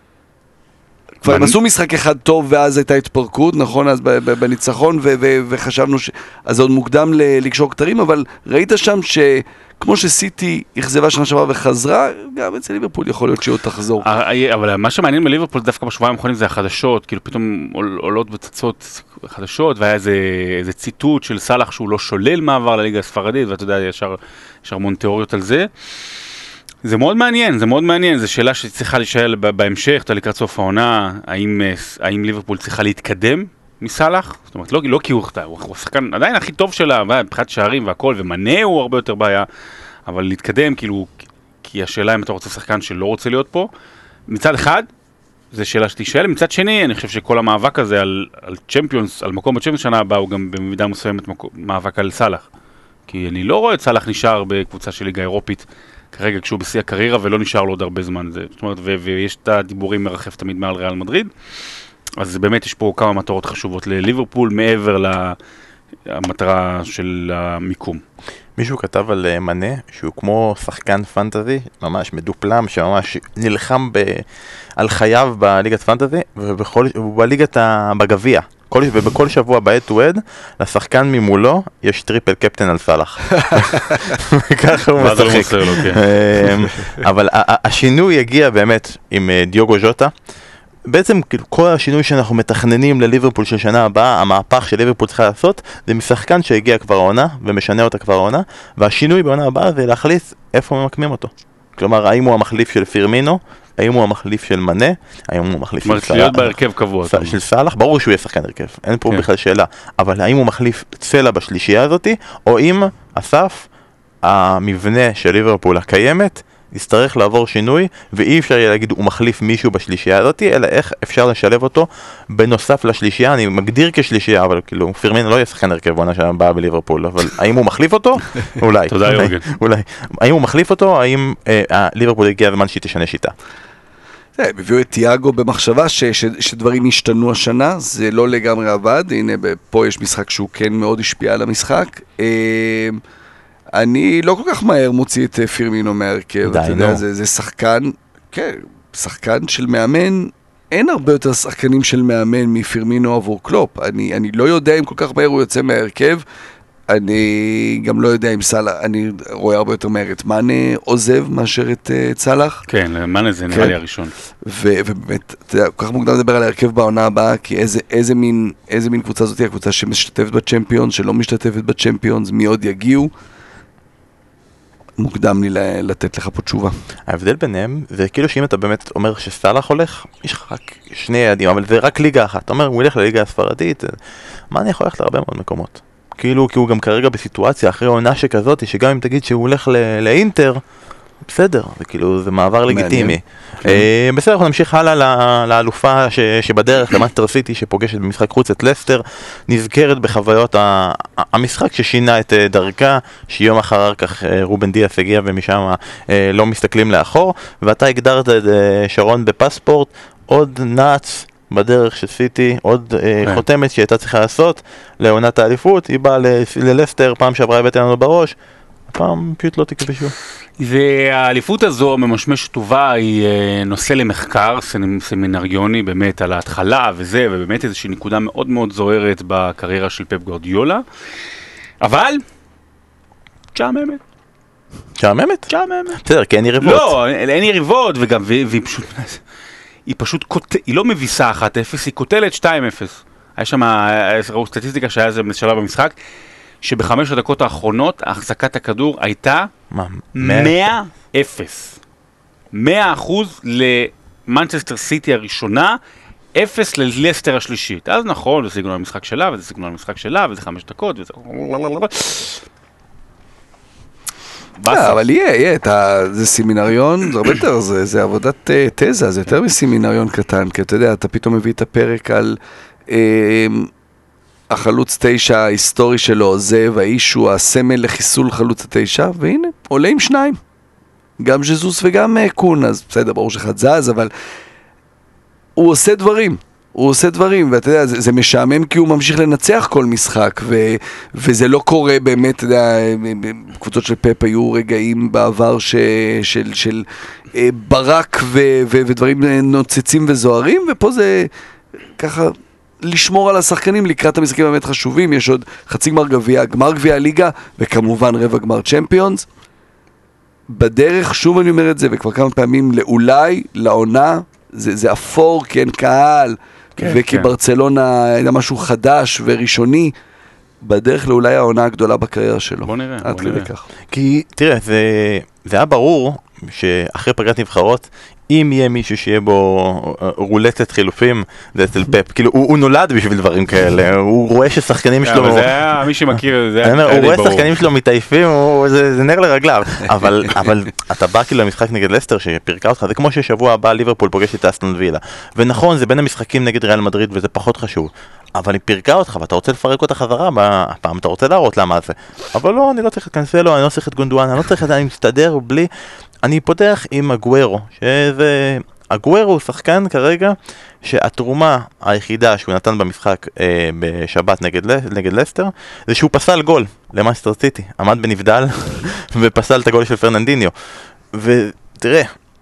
כבר הם עשו משחק אחד טוב ואז הייתה התפרקות, נכון? אז בניצחון ו- ו- וחשבנו ש... אז זה עוד מוקדם ל- לקשור כתרים, אבל ראית שם שכמו שסיטי אכזבה שנה שעברה וחזרה, גם אצל ליברפול יכול להיות שעוד תחזור. אבל מה שמעניין בליברפול דווקא בשבועיים האחרונים זה החדשות, כאילו פתאום עולות וצצות חדשות, והיה איזה, איזה ציטוט של סלאח שהוא לא שולל מעבר לליגה הספרדית, ואתה יודע, ישר, ישר המון תיאוריות על זה. זה מאוד מעניין, זה מאוד מעניין, זו שאלה שצריכה להישאל בהמשך, אתה לקראת סוף העונה, האם, האם ליברפול צריכה להתקדם מסלאח? זאת אומרת, לא, לא כי הוא, הוא השחקן עדיין הכי טוב שלה, מבחינת שערים והכל, ומנה הוא הרבה יותר בעיה, אבל להתקדם, כאילו, כי השאלה אם אתה רוצה שחקן שלא רוצה להיות פה, מצד אחד, זה שאלה שתשאל. מצד שני, אני חושב שכל המאבק הזה על, על צ'מפיונס, על מקום בצ'מפיונס שנה הבאה, הוא גם במידה מסוימת מקום, מאבק על סלאח. כי אני לא רואה את סלאח נשאר בקבוצה של ליגה אירופית, כרגע כשהוא בשיא הקריירה, ולא נשאר לו עוד הרבה זמן. זה, זאת אומרת, ו- ויש את הדיבורים מרחף תמיד מעל ריאל מדריד. אז באמת יש פה כמה מטרות חשובות לליברפול, מעבר למטרה של המיקום. מישהו כתב על מנה, שהוא כמו שחקן פנטזי, ממש מדופלם, שממש נלחם ב... על חייו בליגת פנטזי, ובליגת ה... בגביע. כל... ובכל שבוע ב-head to head, לשחקן ממולו, יש טריפל קפטן על סלאח. וככה הוא משחק. אבל השינוי יגיע באמת עם דיוגו ז'וטה. בעצם כל השינוי שאנחנו מתכננים לליברפול של שנה הבאה, המהפך של ליברפול צריכה לעשות, זה משחקן שהגיע כבר העונה ומשנה אותה כבר העונה, והשינוי בעונה הבאה זה להחליט איפה ממקמים אותו. כלומר, האם הוא המחליף של פירמינו, האם הוא המחליף של מנה, האם הוא המחליף של סלאח. להיות בהרכב קבוע. של סלאח, ברור שהוא יהיה שחקן הרכב, אין פה בכלל שאלה, אבל האם הוא מחליף צלע בשלישייה הזאת, או אם אסף, המבנה של ליברפול הקיימת, יצטרך לעבור שינוי, ואי אפשר יהיה להגיד הוא מחליף מישהו בשלישייה הזאת, אלא איך אפשר לשלב אותו בנוסף לשלישייה. אני מגדיר כשלישייה, אבל כאילו פירמינו לא יהיה שחקן הרכב בעונה שהבאה בליברפול, אבל האם הוא מחליף אותו? אולי. תודה יורגן. אולי. האם הוא מחליף אותו? האם אה, ליברפול הגיע הזמן שהיא תשנה שיטה? הם הביאו את תיאגו במחשבה ש, ש, שדברים השתנו השנה, זה לא לגמרי עבד, הנה פה יש משחק שהוא כן מאוד השפיע על המשחק. אני לא כל כך מהר מוציא את פירמינו מהרכב, אתה יודע, זה, זה שחקן, כן, שחקן של מאמן, אין הרבה יותר שחקנים של מאמן מפירמינו עבור קלופ, אני, אני לא יודע אם כל כך מהר הוא יוצא מהרכב, אני גם לא יודע אם סלאח, אני רואה הרבה יותר מהר את מאנה עוזב מאשר את uh, סלאח. כן, מאנה זה נראה לי הראשון. ו- ובאמת, אתה יודע, כל כך מוקדם לדבר על ההרכב בעונה הבאה, כי איזה, איזה מין, איזה מין קבוצה זאת היא, הקבוצה שמשתתפת בצ'מפיונס, שלא משתתפת בצ'מפיונס, מי עוד יגיעו, מוקדם לי לתת לך פה תשובה. ההבדל ביניהם זה כאילו שאם אתה באמת אומר שסלאח הולך, יש לך רק שני יעדים, אבל זה רק ליגה אחת. אתה אומר, הוא ילך לליגה הספרדית, מה אני יכול ללכת להרבה מאוד מקומות? כאילו, כי הוא גם כרגע בסיטואציה אחרי עונה שכזאת, שגם אם תגיד שהוא הולך לאינטר, בסדר, זה כאילו, זה מעבר לגיטימי. בסדר, אנחנו נמשיך הלאה לאלופה שבדרך, למאסטר סיטי, שפוגשת במשחק חוץ את לסטר, נזכרת בחוויות המשחק ששינה את דרכה, שיום אחר כך רובן דיאס הגיע ומשם לא מסתכלים לאחור, ואתה הגדרת את שרון בפספורט, עוד נאץ, בדרך של סיטי, עוד uh, חותמת שהייתה צריכה לעשות לעונת האליפות, היא באה ללסטר, פעם שעברה הבאתי לנו בראש, הפעם פשוט לא תכבשו. והאליפות הזו ממשמשת טובה, היא uh, נושא למחקר סמינריוני באמת על ההתחלה וזה, ובאמת איזושהי נקודה מאוד מאוד זוהרת בקריירה של פפ גוארדיולה, אבל שעממת. שעממת? שעממת. בסדר, כי אין יריבות. לא, אין יריבות, וגם, והיא פשוט... היא פשוט, היא לא מביסה אחת אפס, היא קוטלת שתיים אפס. היה שם סטטיסטיקה שהיה זה בשלב במשחק, שבחמש הדקות האחרונות, החזקת הכדור הייתה מאה אפס. מאה אחוז למנצ'סטר סיטי הראשונה, אפס ללסטר השלישית. אז נכון, זה סגנון המשחק שלה, וזה סגנון המשחק שלה, וזה חמש דקות, וזה... אבל יהיה, יהיה, זה סמינריון, זה הרבה יותר, זה עבודת תזה, זה יותר מסמינריון קטן, כי אתה יודע, אתה פתאום מביא את הפרק על החלוץ תשע ההיסטורי שלו עוזב, האיש הוא הסמל לחיסול חלוץ התשע, והנה, עולה עם שניים, גם ז'זוס וגם קון, אז בסדר, ברור שאחד זז, אבל הוא עושה דברים. הוא עושה דברים, ואתה יודע, זה, זה משעמם כי הוא ממשיך לנצח כל משחק, ו, וזה לא קורה באמת, אתה יודע, בקבוצות של פפ היו רגעים בעבר ש, של, של אה, ברק ו, ו, ודברים נוצצים וזוהרים, ופה זה ככה לשמור על השחקנים לקראת המשחקים באמת חשובים, יש עוד חצי גמר גביע, גמר גביע הליגה, וכמובן רבע גמר צ'מפיונס. בדרך, שוב אני אומר את זה, וכבר כמה פעמים, לאולי, לעונה, זה, זה אפור, כי אין קהל, כן, וכי כן. ברצלונה היה משהו חדש וראשוני, בדרך לאולי העונה הגדולה בקריירה שלו. בוא נראה, בוא נראה. כך. כי תראה, זה, זה היה ברור שאחרי פגרת נבחרות, אם יהיה מישהו שיהיה בו רולטת חילופים, זה אצל פפ. כאילו, הוא, הוא נולד בשביל דברים כאלה, הוא רואה ששחקנים שלו... אבל זה היה, מי שמכיר, זה היה די ברור. הוא רואה שחקנים שלו מתעייפים, זה, זה נר לרגליו. אבל, אבל אתה בא כאילו למשחק נגד לסטר שפרקה אותך, זה כמו ששבוע הבא ליברפול פוגש את אסטון וילה. ונכון, זה בין המשחקים נגד ריאל מדריד, וזה פחות חשוב. אבל היא פירקה אותך, ואתה רוצה לפרק אותה חזרה, הפעם אתה רוצה להראות למה זה. אבל לא, אני לא צריך את קנסלו, אני לא צריך את גונדואן, אני לא צריך את זה, אני מסתדר בלי... אני פותח עם אגוארו, שזה... אגוארו הוא שחקן כרגע, שהתרומה היחידה שהוא נתן במשחק אה, בשבת נגד, נגד לסטר, זה שהוא פסל גול למאסטר סיטי, עמד בנבדל, ופסל את הגול של פרננדיניו. ותראה,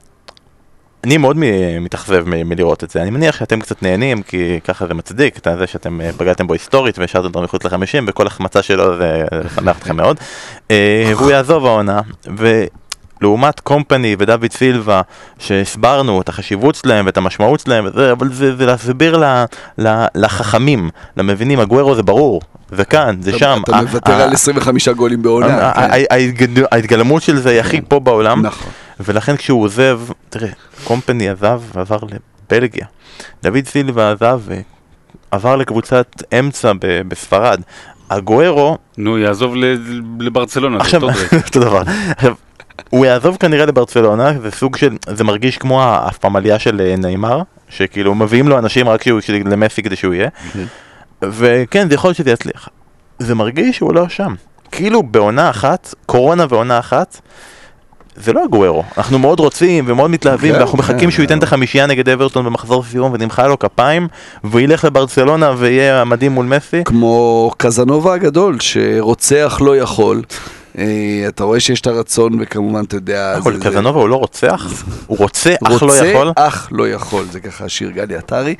אני מאוד מתאכזב מלראות את זה. אני מניח שאתם קצת נהנים, כי ככה זה מצדיק, את זה שאתם פגעתם בו היסטורית, והשארתם אותו מחוץ לחמישים, וכל החמצה שלו זה שמח אתכם מאוד. והוא יעזוב העונה, ולעומת קומפני ודוד סילבה, שהסברנו את החשיבות שלהם ואת המשמעות שלהם, אבל זה להסביר לחכמים, למבינים, אגוארו זה ברור. וכאן, זה שם. אתה מוותר על עשרים וחמישה גולים בעונה. ההתגלמות של זה היא הכי פה בעולם. נכון. ולכן כשהוא עוזב, תראה, קומפני עזב ועבר לבלגיה. דוד סילבה עזב ועבר לקבוצת אמצע בספרד. אגוארו... נו, יעזוב לברצלונה. עכשיו, אותו דבר. עכשיו, הוא יעזוב כנראה לברצלונה, זה סוג של, זה מרגיש כמו הפמליה של ניימר, שכאילו מביאים לו אנשים רק למסי כדי שהוא יהיה. וכן, זה יכול שזה יצליח. זה מרגיש שהוא לא שם. כאילו בעונה אחת, קורונה ועונה אחת, זה לא אגוארו, אנחנו מאוד רוצים ומאוד מתלהבים, ואנחנו מחכים שהוא ייתן את החמישייה נגד אברטון במחזור סיום ונמחא לו כפיים, והוא ילך לברצלונה ויהיה מדהים מול מסי. כמו קזנובה הגדול, שרוצח לא יכול, אתה רואה שיש את הרצון, וכמובן אתה יודע... אבל קזנובה הוא לא רוצח, הוא רוצה אך לא יכול. רוצה אך לא יכול, זה ככה שיר גלי עטרי.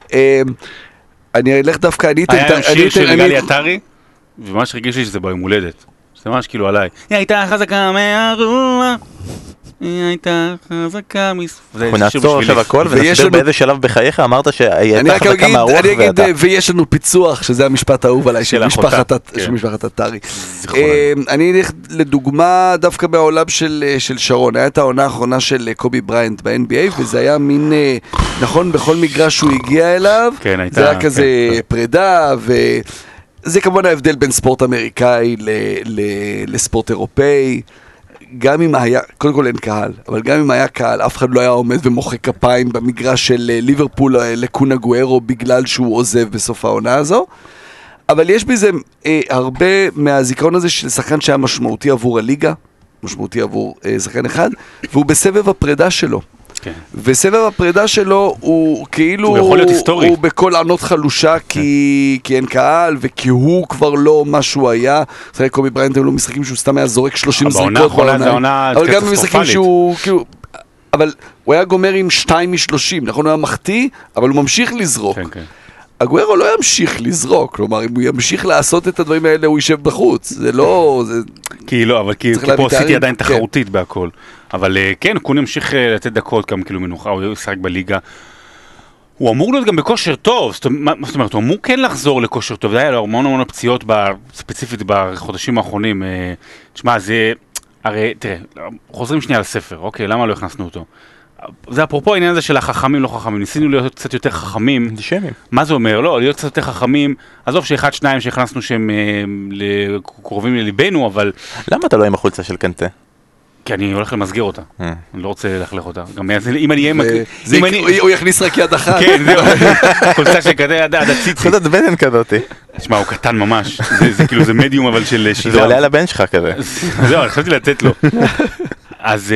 אני אלך דווקא, אני... היה שיר של גלי עטרי, וממש רגיש לי שזה ביום הולדת. זה ממש כאילו עליי. היא הייתה חזקה מהרוח, היא הייתה חזקה מספר. אנחנו נעצור עכשיו הכל ונסביר באיזה שלב בחייך אמרת שהיא הייתה חזקה מהרוח ואתה. אני אגיד, ויש לנו פיצוח, שזה המשפט האהוב עליי, של משפחת עטרי. אני אלך לדוגמה דווקא מהעולם של שרון. היה את העונה האחרונה של קובי בריינט ב-אן בי איי, וזה היה מין, נכון, בכל מגרש שהוא הגיע אליו, זה היה כזה פרידה ו... זה כמובן ההבדל בין ספורט אמריקאי ל- ל- לספורט אירופאי. גם אם היה, קודם כל אין קהל, אבל גם אם היה קהל, אף אחד לא היה עומד ומוחא כפיים במגרש של ליברפול לקון אגוארו בגלל שהוא עוזב בסוף העונה הזו. אבל יש בזה אה, הרבה מהזיכרון הזה של שחקן שהיה משמעותי עבור הליגה, משמעותי עבור אה, שחקן אחד, והוא בסבב הפרידה שלו. כן. וסבב הפרידה שלו הוא כאילו הוא יכול להיות היסטורי. הוא בכל ענות חלושה כי, כי אין קהל וכי הוא כבר לא מה שהוא היה. אחרי קובי בריינט היו לו משחקים שהוא סתם היה זורק שלושים זריקות בעונה, אבל גם במשחקים שהוא כאילו, אבל הוא היה גומר עם שתיים משלושים, נכון? הוא היה מחטיא, אבל הוא ממשיך לזרוק. כן, כן. אגוארו לא ימשיך לזרוק, כלומר, אם הוא ימשיך לעשות את הדברים האלה, הוא יישב בחוץ. זה לא... זה... כי לא, אבל כי, כי פה עשיתי עדיין כן. תחרותית בהכל. אבל כן, קון ימשיך לתת דקות כמה כאילו מנוחה, הוא ישחק בליגה. הוא אמור להיות גם בכושר טוב, זאת אומרת, הוא אמור כן לחזור לכושר טוב. זה היה לו המון המון פציעות, ספציפית בחודשים האחרונים. תשמע, זה... הרי, תראה, חוזרים שנייה לספר, אוקיי, למה לא הכנסנו אותו? זה אפרופו העניין הזה של החכמים לא חכמים, ניסינו להיות קצת יותר חכמים. אנטישמים. מה זה אומר? לא, להיות קצת יותר חכמים, עזוב שאחד שניים שהכנסנו שהם קרובים לליבנו, אבל... למה אתה לא עם החולצה של קנטה? כי אני הולך למסגר אותה, אני לא רוצה ללכלך אותה. גם אם אני אהיה... הוא יכניס רק יד אחת. כן, זהו, חולצה של קנטה עד הציצי. חולצת בטן כזאתי. תשמע, הוא קטן ממש, זה כאילו זה מדיום אבל של שידה. זה עולה על הבן שלך כזה. זהו, אני חשבתי לתת לו. אז...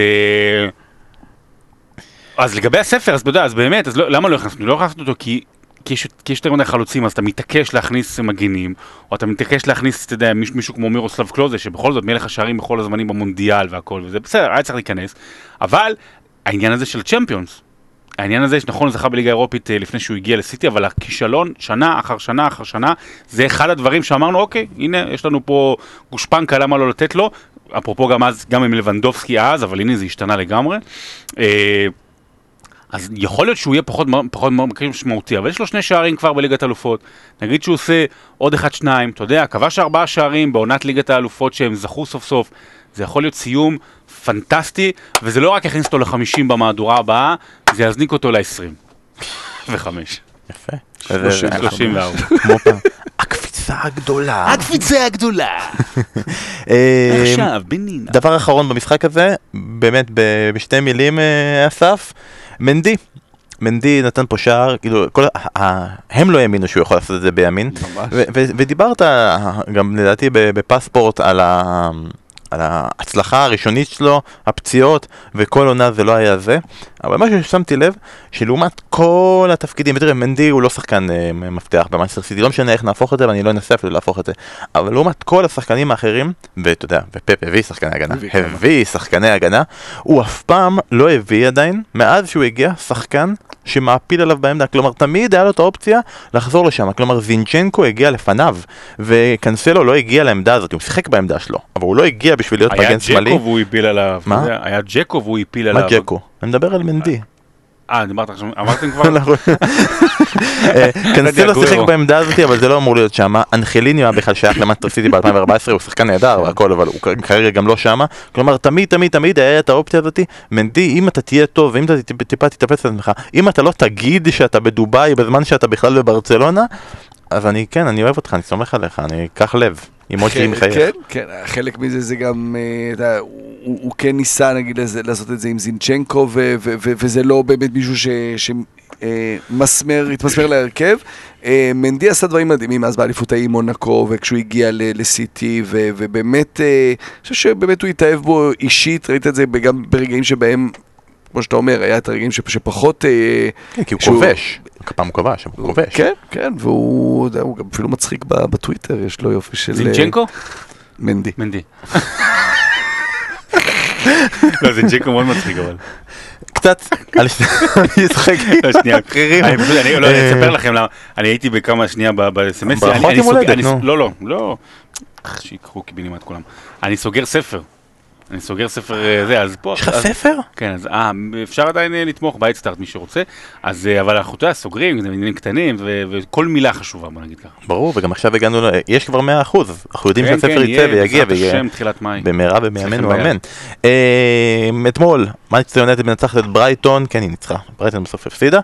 אז לגבי הספר, אז בדע, אז באמת, אז לא, למה לא הכנסנו? לא הכנסנו אותו כי, כי יש, כי יש יותר מדי חלוצים, אז אתה מתעקש להכניס מגינים, או אתה מתעקש להכניס, אתה יודע, מישהו, מישהו כמו מירוסלב קלוזה, שבכל זאת מלך השערים בכל הזמנים במונדיאל והכל, וזה בסדר, היה צריך להיכנס, אבל העניין הזה של צ'מפיונס, העניין הזה שנכון זכה בליגה האירופית לפני שהוא הגיע לסיטי, אבל הכישלון שנה אחר שנה אחר שנה, זה אחד הדברים שאמרנו, אוקיי, הנה, יש לנו פה גושפנקה, למה לא לתת לו, אפרופו גם אז, גם עם לבנדובסקי אז, אבל הנה זה השתנה לגמרי. אז יכול להיות שהוא יהיה פחות, פחות משמעותי, אבל יש לו שני שערים כבר בליגת האלופות. נגיד שהוא עושה עוד אחד שניים, אתה יודע, כבש ארבעה שערים בעונת ליגת האלופות שהם זכו סוף סוף. זה יכול להיות סיום פנטסטי, וזה לא רק יכניס אותו ל-חמישים במהדורה הבאה, זה יזניק אותו ל-עשרים וחמש. יפה. שלושים וארבע. כמו פעם. הקפיצה הגדולה. הקפיצה הגדולה. עכשיו, בנינה. דבר אחרון במשחק הזה, באמת בשתי מילים, אסף, מנדי. מנדי נתן פה שער, כאילו, כל, הם לא האמינו שהוא יכול לעשות את זה בימין. ודיברת גם לדעתי בפספורט על ה... על ההצלחה הראשונית שלו, הפציעות, וכל עונה זה לא היה זה. אבל משהו ששמתי לב, שלעומת כל התפקידים, ותראה, מנדי הוא לא שחקן אה, מפתח במנצ'סטר סיטי, לא משנה איך נהפוך את זה, ואני לא אנסה אפילו להפוך את זה. אבל לעומת כל השחקנים האחרים, ואתה יודע, ופפ הביא שחקני הגנה, הביא שחקני הגנה, הוא אף פעם לא הביא עדיין, מאז שהוא הגיע, שחקן שמעפיל עליו בעמדה. כלומר, תמיד היה לו את האופציה לחזור לשם. כלומר, זינצ'נקו הגיע לפניו, וקנסלו לא הגיע לעמדה הזאת, הוא שיחק בעמדה שלו, אבל הוא לא הגיע בשביל להיות מגן שמאלי. היה ג'קו והוא הפיל עליו. מה? היה ג'קו והוא הפיל עליו. מה ג'קו? אני מדבר על מנדי. אה, דיברת עכשיו, אמרתם כבר? קנסלו שיחק בעמדה הזאת, אבל זה לא אמור להיות שם. אנחליניו היה בכלל שייך למנצ'סטר סיטי ב-אלפיים וארבע עשרה, הוא שחקן נהדר והכל, אבל הוא כרגע גם לא שם. כלומר, תמיד, תמיד, תמיד היה את האופציה הזאת. מנדי, אם אתה תהיה טוב, ואם אתה טיפה תתאפס על עצמך, אם אתה לא תגיד שאתה בדובאי בזמן שאתה בכלל בברצלונה, אז אני, כן, אני אוהב אותך, אני סומך עליך, אני אקח לב. כן, כן, חלק מזה זה גם, הוא כן ניסה נגיד לעשות את זה עם זינצ'נקו, וזה לא באמת מישהו שמסמר, התמסמר להרכב. מנדי עשה דברים מדהימים אז באליפות האי מונקו, וכשהוא הגיע לסיטי, ובאמת, אני חושב שבאמת הוא התאהב בו אישית, ראית את זה גם ברגעים שבהם, כמו שאתה אומר, היה את הרגעים שפחות... כן, כי הוא כובש. כפעם הוא כובש, הוא כובש. כן, כן, והוא גם אפילו מצחיק בטוויטר, יש לו יופי של... זינצ'נקו? מנדי. מנדי. לא, זינצ'נקו מאוד מצחיק, אבל... קצת, אני אשחק שנייה, אני לא, אני אספר לכם למה, אני הייתי בכמה שנייה בסמסטר, ברכות עם הולדת, נו. לא, לא, לא, שיקחו קיבינימת כולם, אני סוגר ספר, אני סוגר ספר זה, אז פה... יש לך ספר? כן, אז אה, אפשר עדיין לתמוך בהדסטארט מי שרוצה, אז אבל אנחנו תודה, סוגרים, זה עניינים קטנים, וכל מילה חשובה, בוא נגיד ככה. ברור, וגם עכשיו הגענו, יש כבר מאה אחוז, אנחנו יודעים שהספר יצא ויגיע, במהרה ומימינו, אמן. אתמול, מנצ'סטר יונייטד מנצחת את ברייטון, כן, היא ניצחה, ברייטון בסוף הפסידה.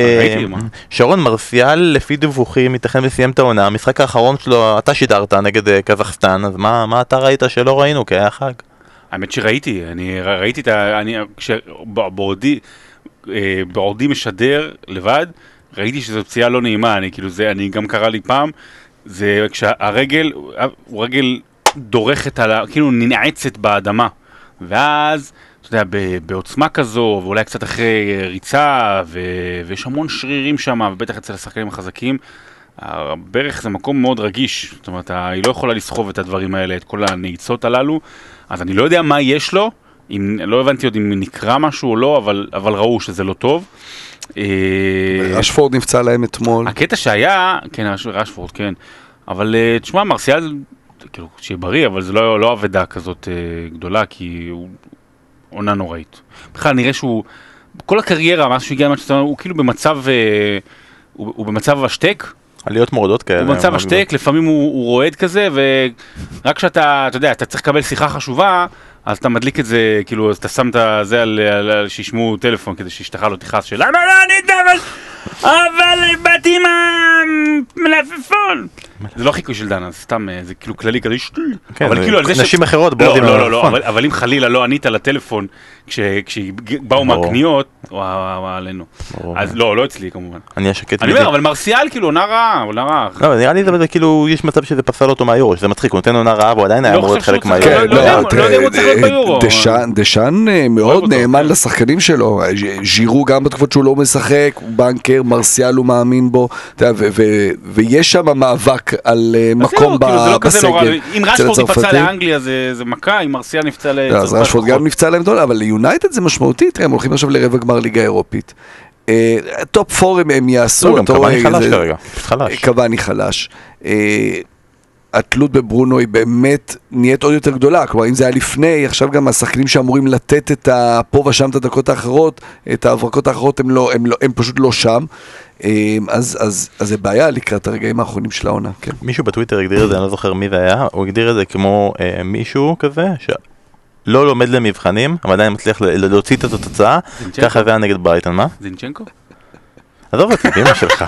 שרון מרסיאל, לפי דיווחים, ייתכן וסיים את העונה, המשחק האחרון שלו, אתה שידרת נגד קזחסטן, אז מה אתה ראית שלא ראינו, כי היה חג? האמת שראיתי, אני ראיתי את ה... אני... כשבעודי... בעודי משדר לבד, ראיתי שזו פציעה לא נעימה, אני כאילו זה... אני גם קרא לי פעם, זה כשהרגל... הוא רגל דורכת על ה... כאילו ננעצת באדמה. ואז, אתה יודע, בעוצמה כזו, ואולי קצת אחרי ריצה, ו... ויש המון שרירים שם, ובטח אצל השחקנים החזקים, הברך זה מקום מאוד רגיש, זאת אומרת, היא לא יכולה לסחוב את הדברים האלה, את כל הנעיצות הללו, אז אני לא יודע מה יש לו, אם, לא הבנתי עוד אם נקרא משהו או לא, אבל, אבל ראו שזה לא טוב. רשפורד נפצע להם אתמול. הקטע שהיה, כן, רשפורד, כן, אבל תשמע, מרסיאל, כאילו, שיהיה בריא, אבל זה לא, לא עבדה כזאת גדולה, כי הוא עונה נוראית. בכלל נראה שהוא, כל הקריירה, מה שהגיע למצב, הוא כאילו במצב, הוא, הוא במצב השתק, עליות מורדות כאלה. הוא במצב השתק, לפעמים הוא, הוא רועד כזה, ורק כשאתה, אתה יודע, אתה צריך לקבל שיחה חשובה, אז אתה מדליק את זה, כאילו, אז אתה שם את זה על, על, על שישמעו טלפון, כדי שישתחה לו תיחס של, למה לא ענית, אבל, אבל באתי עם המלפפון. זה לא חיקוי של דנה, זה סתם, זה כאילו כללי כזה, אבל כאילו על זה ש... נשים אחרות בורדים. לא, לא, לא, אבל אם חלילה לא ענית לטלפון, כשבאו מהקניות, וואו, עלינו. אז לא, לא אצלי כמובן. אני אשקט. אני אומר, אבל מרסיאל כאילו עונה רעה, עונה רעה. לא, נראה לי זה כאילו, יש מצב שזה פסל אותו מהיורו, שזה מצחיק, הוא נותן עונה רעה, והוא עדיין היה אמור להיות חלק מהיורו. לא יודע אם הוא צריך להיות ביורו. דשאן מאוד נאמן לשחקנים שלו, ז'ירו גם בתקופות שהוא לא משחק, הוא בנקר, מרסיאל הוא מאמין בו, ויש שם מאבק על מקום בסגל. אם רשפורד נפצע לאנגליה זה מכה, אם מרסיאל נפצע לצרפת. אז רשפורד גם נפצע להם דולה, אבל ליונייטד זה משמעותית, הם הולכים עכשיו לרבע גמר ליגה אירופית. טופ פורם הם יעשו. גם קוואני חלש כרגע, חלש. קוואני חלש. התלות בברונו היא באמת נהיית עוד יותר גדולה, כלומר אם זה היה לפני, עכשיו גם השחקנים שאמורים לתת את פה ושם את הדקות האחרות, את ההברקות האחרות הם, לא, הם, לא, הם פשוט לא שם, אז, אז, אז זה בעיה לקראת הרגעים האחרונים של העונה. כן. מישהו בטוויטר הגדיר את זה, אני לא זוכר מי זה היה, הוא הגדיר את זה כמו אה, מישהו כזה, ש... לא לומד למבחנים, אבל עדיין מצליח להוציא את התוצאה, ככה זה היה נגד ברייטון, מה? זינצ'נקו? עזוב את אמא שלך.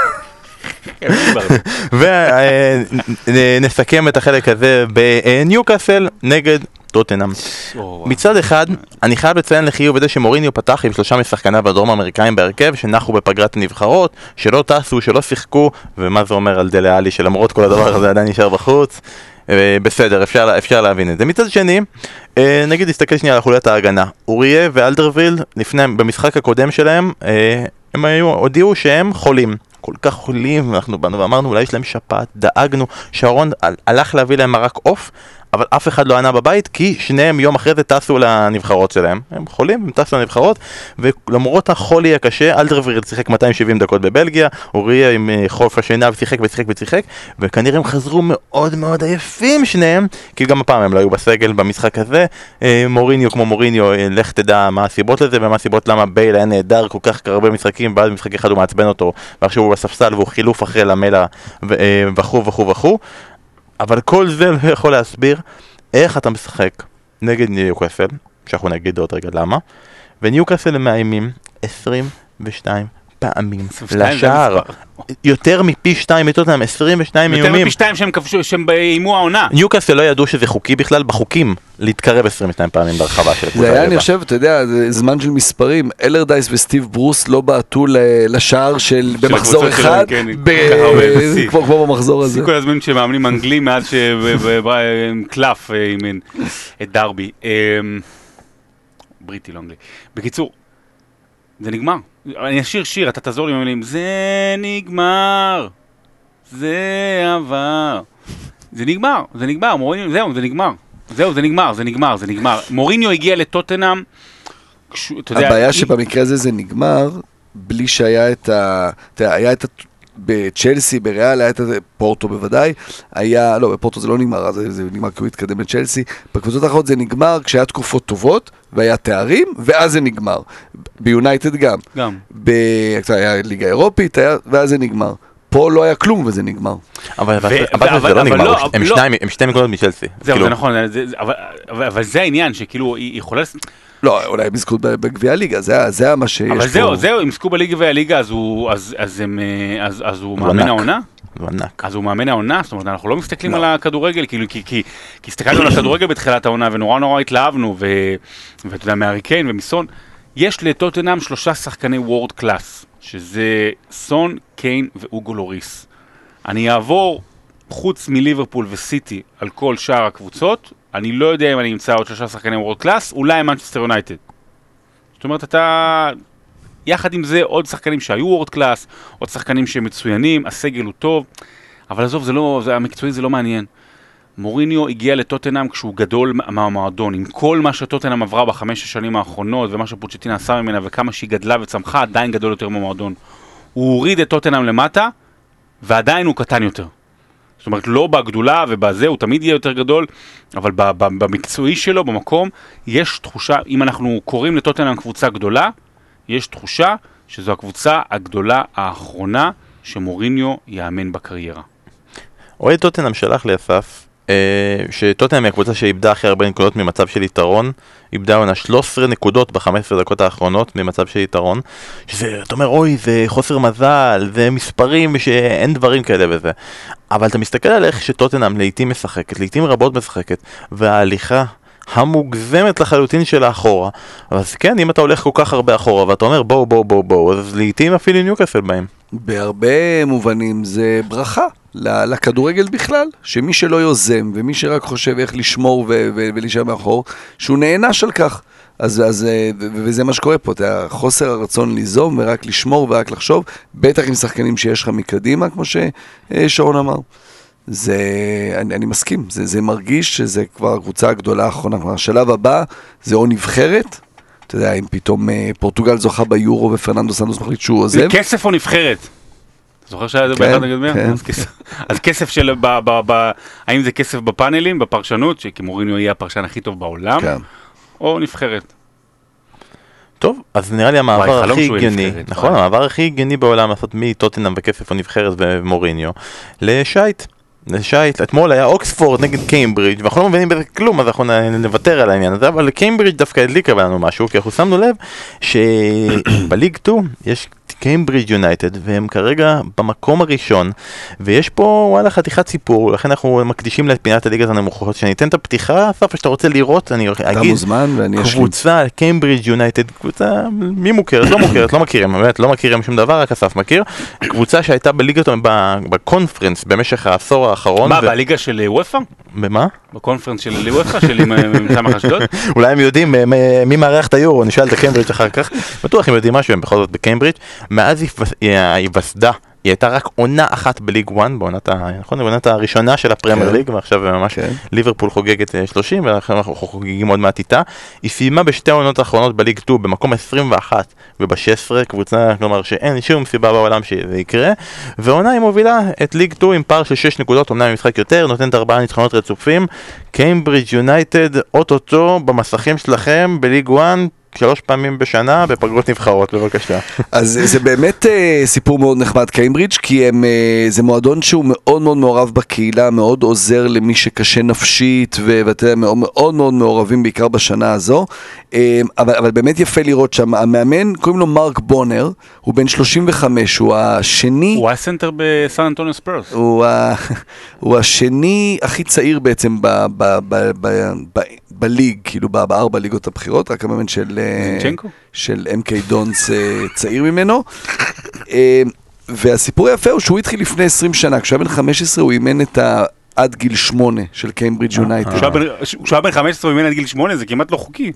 ונסכם את החלק הזה בניוקאסל נגד טוטנהאם. מצד אחד, אני חייב לציין לחיוב את זה שמוריניו פתח עם שלושה משחקניו הדרום האמריקאים בהרכב, שנחו בפגרת הנבחרות, שלא טסו, שלא שיחקו, ומה זה אומר על דלה עלי, שלמרות כל הדבר הזה עדיין נשאר בחוץ. בסדר, אפשר, אפשר להבין את זה. מצד שני, נגיד נסתכל שנייה על חוליית ההגנה. אוריה ואלדרוויל, לפני, במשחק הקודם שלהם, הם היו, הודיעו שהם חולים. כל כך חולים, אנחנו באנו ואמרנו, אולי יש להם שפעת, דאגנו, שרון הלך להביא להם מרק אוף, אבל אף אחד לא ענה בבית, כי שניהם יום אחרי זה טסו לנבחרות שלהם. הם חולים, הם טסו לנבחרות, ולמרות החולי הקשה, אלדרוויל שיחק מאתיים שבעים דקות בבלגיה, אוריה עם חוף השינה ושיחק ושיחק ושיחק, וכנראה הם חזרו מאוד מאוד עייפים שניהם, כי גם הפעם הם לא היו בסגל במשחק הזה. מוריניו כמו מוריניו, לך תדע מה הסיבות לזה, ומה הסיבות למה בייל היה נהדר כל כך הרבה משחקים, ועד משחק אחד הוא מעצבן אותו, ועכשיו הוא בספסל והוא חילוף אחרי למלה, וכו' וכו' וכו'. אבל כל זה לא יכול להסביר איך אתה משחק נגד ניוקאסל, שאנחנו נגיד עוד רגע למה, וניוקאסל מאיימים עשרים ושתיים פעמים לשער. יותר מפי שתיים מטוטנהאם, עשרים ושתיים איומים. יותר מפי שתיים שהם כבשו, שהם באימו העונה. ניוקאסל לא ידעו שזה חוקי בכלל, בחוקים, להתקרב עשרים ושתיים פעמים ברחבה של הקבוצה. זה היה, אני חושב, אתה יודע, זה זמן של מספרים. אלרדייס וסטיב ברוס לא בעטו לשער של במחזור אחד, כמו במחזור הזה. כל הזמן שמאמנים אנגלים מאז שקלף אימן את דרבי. בריטי, לא אנגלי. בקיצור, זה נגמר. אני אשיר שיר, אתה תעזור לי במילים. זה נגמר. זה עבר. זה נגמר, זה נגמר. מוריניו, זהו, זה נגמר. זהו, זה נגמר, זה נגמר, זה נגמר. מוריניו הגיע לטוטנהאם. הבעיה שבמקרה הזה זה נגמר, בלי שהיה את ה... היה את ה... בצ'לסי, בריאל, היה את פורטו בוודאי, היה, לא, בפורטו זה לא נגמר, זה, זה נגמר כי הוא התקדם לצ'לסי, בקבוצות האחרות זה נגמר כשהיה תקופות טובות, והיה תארים, ואז זה נגמר. ביונייטד גם. גם. ב... היה ליגה אירופית, היה, ואז זה נגמר. פה לא היה כלום וזה נגמר. אבל זה לא נגמר, הם שתי נקודות מצ'לסי. זהו, זה נכון, אבל זה העניין, שכאילו, היא יכולה... לא, אולי הם יזכו בגביע הליגה, זה מה שיש פה. אבל זהו, זהו, אם יזכו בגביע הליגה, אז הוא מאמן העונה? אז הוא מאמן העונה, זאת אומרת, אנחנו לא מסתכלים על הכדורגל, כי הסתכלנו על הכדורגל בתחילת העונה, ונורא נורא התלהבנו, ואתה יודע, מהריקן ומסון, יש לטוטנהאם שלושה שחקני וורד קלאס, שזה סון, קיין ואוגו לוריס. אני אעבור חוץ מליברפול וסיטי על כל שאר הקבוצות, אני לא יודע אם אני אמצא עוד שלושה שחקנים וורד קלאס, אולי מנצ'סטר יונייטד. זאת אומרת, אתה... יחד עם זה, עוד שחקנים שהיו וורד קלאס, עוד שחקנים שמצוינים, הסגל הוא טוב, אבל עזוב, זה לא, זה, המקצועי זה לא מעניין. מוריניו הגיע לטוטנהאם כשהוא גדול מהמועדון, עם כל מה שטוטנהאם עברה בחמש השנים האחרונות, ומה שפוצ'טינו עשה ממנה, וכמה שהיא גדלה וצמחה, עדיין גדול יותר מהמועדון. הוא הוריד את טוטנהאם למטה, ועדיין הוא קטן יותר. זאת אומרת, לא בגדולה ובזה, הוא תמיד יהיה יותר גדול, אבל במקצועי שלו, במקום, יש תחושה, אם אנחנו קוראים לטוטנהאם קבוצה גדולה, יש תחושה שזו הקבוצה הגדולה האחרונה שמוריניו יאמן בקריירה. אוהד טוטנהאם שלח לי אסף, שטוטנהאם היא הקבוצה שאיבדה הכי הרבה נקודות ממצב של יתרון, איבדה עונה שלוש עשרה נקודות ב-חמש עשרה דקות האחרונות ממצב של יתרון, שזה, אתה אומר, אוי, זה חוסר מזל, זה מספרים שאין דברים כאלה וזה. אבל אתה מסתכל על איך שטוטנהאם לעתים משחקת, לעתים רבות משחקת, וההליכה המוגזמת לחלוטין של האחורה. אז כן, אם אתה הולך כל כך הרבה אחורה, ואתה אומר בואו, בואו, בואו, בואו, אז לעתים אפילו ניוקאסל בהם. בהרבה מובנים זה ברכה לכדורגל בכלל, שמי שלא יוזם, ומי שרק חושב איך לשמור ולהישאר מאחור, שהוא נענש על כך. אז, אז, וזה מה שקורה פה, חוסר הרצון ליזום ורק לשמור ורק לחשוב, בטח עם שחקנים שיש לך מקדימה, כמו ששרון אמר. זה, אני, אני מסכים, זה, זה מרגיש שזה כבר הקבוצה הגדולה האחרונה, כלומר, השלב הבא זה או נבחרת, אתה יודע, אם פתאום פורטוגל זוכה ביורו ופרננדו סנטוס מחליט שהוא עוזב. זה כסף או נבחרת? זוכר שהיה זה באחד נגד מאה? אז כסף של, האם זה כסף בפאנלים, בפרשנות, כי מוריניו יהיה הפרשן הכי טוב בעולם, או נבחרת? טוב, אז נראה לי המעבר הכי הגיוני, נכון, המעבר הכי הגיוני בעולם לעשות מטוטנהאם וכסף או נבחרת ומוריניו, לשייט. שייט, אתמול היה אוקספורד נגד קיימברידג' ואנחנו לא מבינים בזה כלום, אז אנחנו נוותר על העניין הזה, אבל קיימברידג' דווקא הדליקה לנו משהו, כי אנחנו שמנו לב שבליג שתיים יש קיימברידג' יונייטד, והם כרגע במקום הראשון, ויש פה וואלה חתיכת סיפור, לכן אנחנו מקדישים לפינת הליגת הנמוכות, שאני אתן את הפתיחה, סוף שאתה רוצה לראות, אני אגיד, קבוצה, קיימברידג' יונייטד, קבוצה, מי מוכרת? לא מוכרת, לא מכירים, באמת, לא מכירים שום דבר, רק אסף מכיר, קבוצה שהייתה בליגת, בקונפרנס, במשך העשור האחרון. מה, בליגה של וופא? במה? בקונפרנס של וופא, של סמך אשדוד? אולי הם יודעים מי מארח את היורו, נשאל את הקיימברידג' אחר כך, בטוח הם יודעים משהו, הם בכל זאת בקיימברידג'. מאז היא וסדה, היא הייתה רק עונה אחת בליג אחת, בעונת, נכון, בעונת הראשונה של הפרמייר ליג, ועכשיו ממש ליברפול חוגגת שלושים, ואנחנו חוגגים עוד מעט איתה. היא סיימה בשתי העונות האחרונות בליג שתיים, במקום עשרים ואחת וב-שש עשרה, קבוצה, כלומר שאין שום סיבה בעולם שזה יקרה, ועונה היא מובילה את ליג שתיים עם פער של שש נקודות, אמנם משחק יותר, נותנת ארבעה ניצחונות רצופים. קיימברידג' יונייטד, אוטוטו במסכים שלכם בליג אחת, שלוש פעמים בשנה בפגרות נבחרות, בבקשה. אז זה באמת uh, סיפור מאוד נחמד קיימברידג', כי הם, uh, זה מועדון שהוא מאוד מאוד מעורב בקהילה, מאוד עוזר למי שקשה נפשית, ואתה יודע, מאוד מאוד, מאוד מעורבים בעיקר בשנה הזו, uh, אבל, אבל באמת יפה לראות שם, המאמן, קוראים לו מרק בונר, הוא בן שלושים וחמש, הוא השני... הוא היה סנטר בסן אנטוניו ספרס. הוא, ה, הוא השני הכי צעיר בעצם ב... ב, ב, ב, ב בליג, כאילו בארבע ליגות הבחירות, רק המאמן של של אם קיי דונס צעיר ממנו. והסיפור היפה הוא שהוא התחיל לפני עשרים שנה, כשהוא היה בן חמש עשרה הוא אימן את עד גיל שמונה של קיימברידג' יונייטד. כשהוא היה בן חמש עשרה הוא אימן עד גיל שמונה, זה כמעט לא חוקי.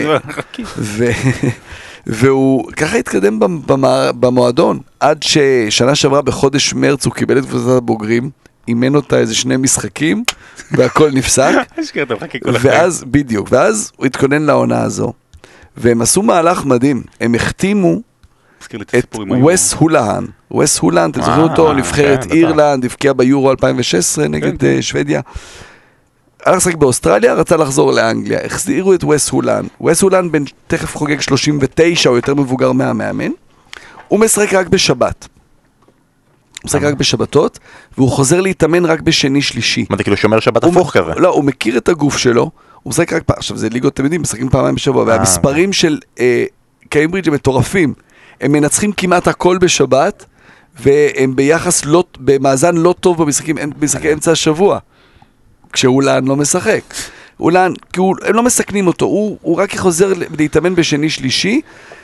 והוא ככה התקדם במועדון, עד ששנה שעברה בחודש מרץ הוא קיבל את קבוצת הבוגרים, אימן אותה איזה שני משחקים, והכל נפסק. ואז, בדיוק, ואז הוא התכונן לעונה הזו. והם עשו מהלך מדהים. הם החתימו את ווס הולהן. ווס הולהן, אתם זוכרים אותו, נבחרת אירלנד, הבקיע ביורו אלפיים ושש עשרה נגד שוודיה. הלך לשחק באוסטרליה, רצה לחזור לאנגליה. החזירו את ווס הולהן. ווס הולהן בן תכף חוגג שלושים ותשע, או יותר מבוגר מהמאמן. הוא משחק רק בשבת. הוא משחק רק בשבתות, והוא חוזר להתאמן רק בשני שלישי. מה זה כאילו שומר שבת הפוך כזה? לא, הוא מכיר את הגוף שלו, הוא משחק רק פעם, עכשיו זה ליגות תמידים, משחקים פעמיים בשבוע, והמספרים של קיימברידג' הם מטורפים, הם מנצחים כמעט הכל בשבת, והם ביחס לא, במאזן לא טוב במשחקים, במשחקי אמצע השבוע, כשאולן לא משחק. אולן, כי הם לא מסכנים אותו, הוא רק חוזר להתאמן בשני שלישי,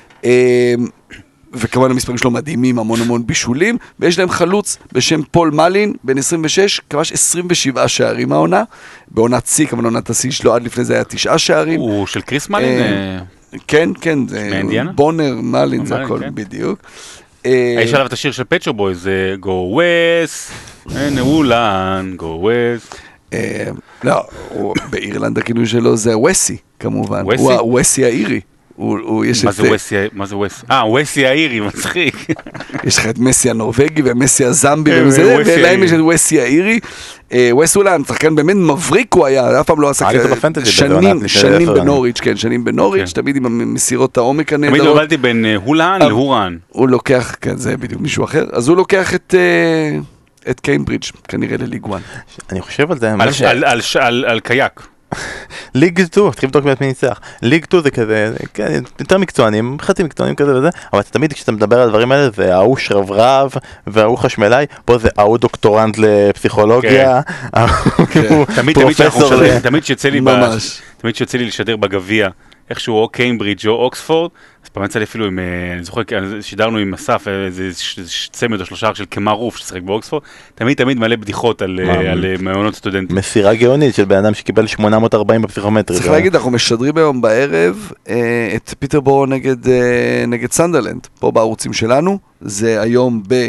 וכמובן המספרים שלו מדהימים, המון המון בישולים, ויש להם חלוץ בשם פול מלין, בן עשרים ושש, כבש עשרים ושבעה שערים העונה, בעונת C, כמובן עונת ה-C שלו עד לפני זה היה תשעה שערים. הוא של קריס מלין? כן, כן, בונר מלין, זה הכל בדיוק. יש עליו את השיר של פצ'ו בוי, זה Go West, נעולן, Go West. לא, באירלנד הכינוי שלו זה וסי, כמובן, הוא הווסי האירי. מה זה וסי? אה, וסי האירי, מצחיק. יש לך את מסי הנורווגי ומסי הזמבי, ולהם יש את וסי האירי. וסי אולן, שחקן באמת מבריק הוא היה, אף פעם לא עשה שנים, שנים בנוריץ', כן, שנים בנוריץ', תמיד עם המסירות העומק הנהדרות. תמיד הובלתי בין הולהן להורן. הוא לוקח, כן, זה בדיוק מישהו אחר, אז הוא לוקח את קיימברידג' כנראה לליג אחת. אני חושב על זה. על קייק. ליג שתיים, צריכים לבדוק באמת מי ניצח. ליג שתיים זה כזה, יותר מקצוענים, חצי מקצוענים כזה וזה, אבל תמיד כשאתה מדבר על הדברים האלה, זה ההוא שרברב, וההוא חשמלאי, פה זה ההוא דוקטורנט לפסיכולוגיה, תמיד שיוצא לי לשדר בגביע, איכשהו או קיימברידג' או אוקספורד, אז פעם יצא לי אפילו עם, אני זוכר, שידרנו עם אסף, איזה צמד או שלושה של כמערוף ששחק באוקספורד, תמיד תמיד מלא בדיחות על מעונות סטודנטים. מסירה גאונית של בן אדם שקיבל שמונה מאות וארבעים בפסיכומטרי. צריך להגיד, אנחנו משדרים היום בערב את פיטרבורו נגד סנדרלנד, פה בערוצים שלנו, זה היום ב...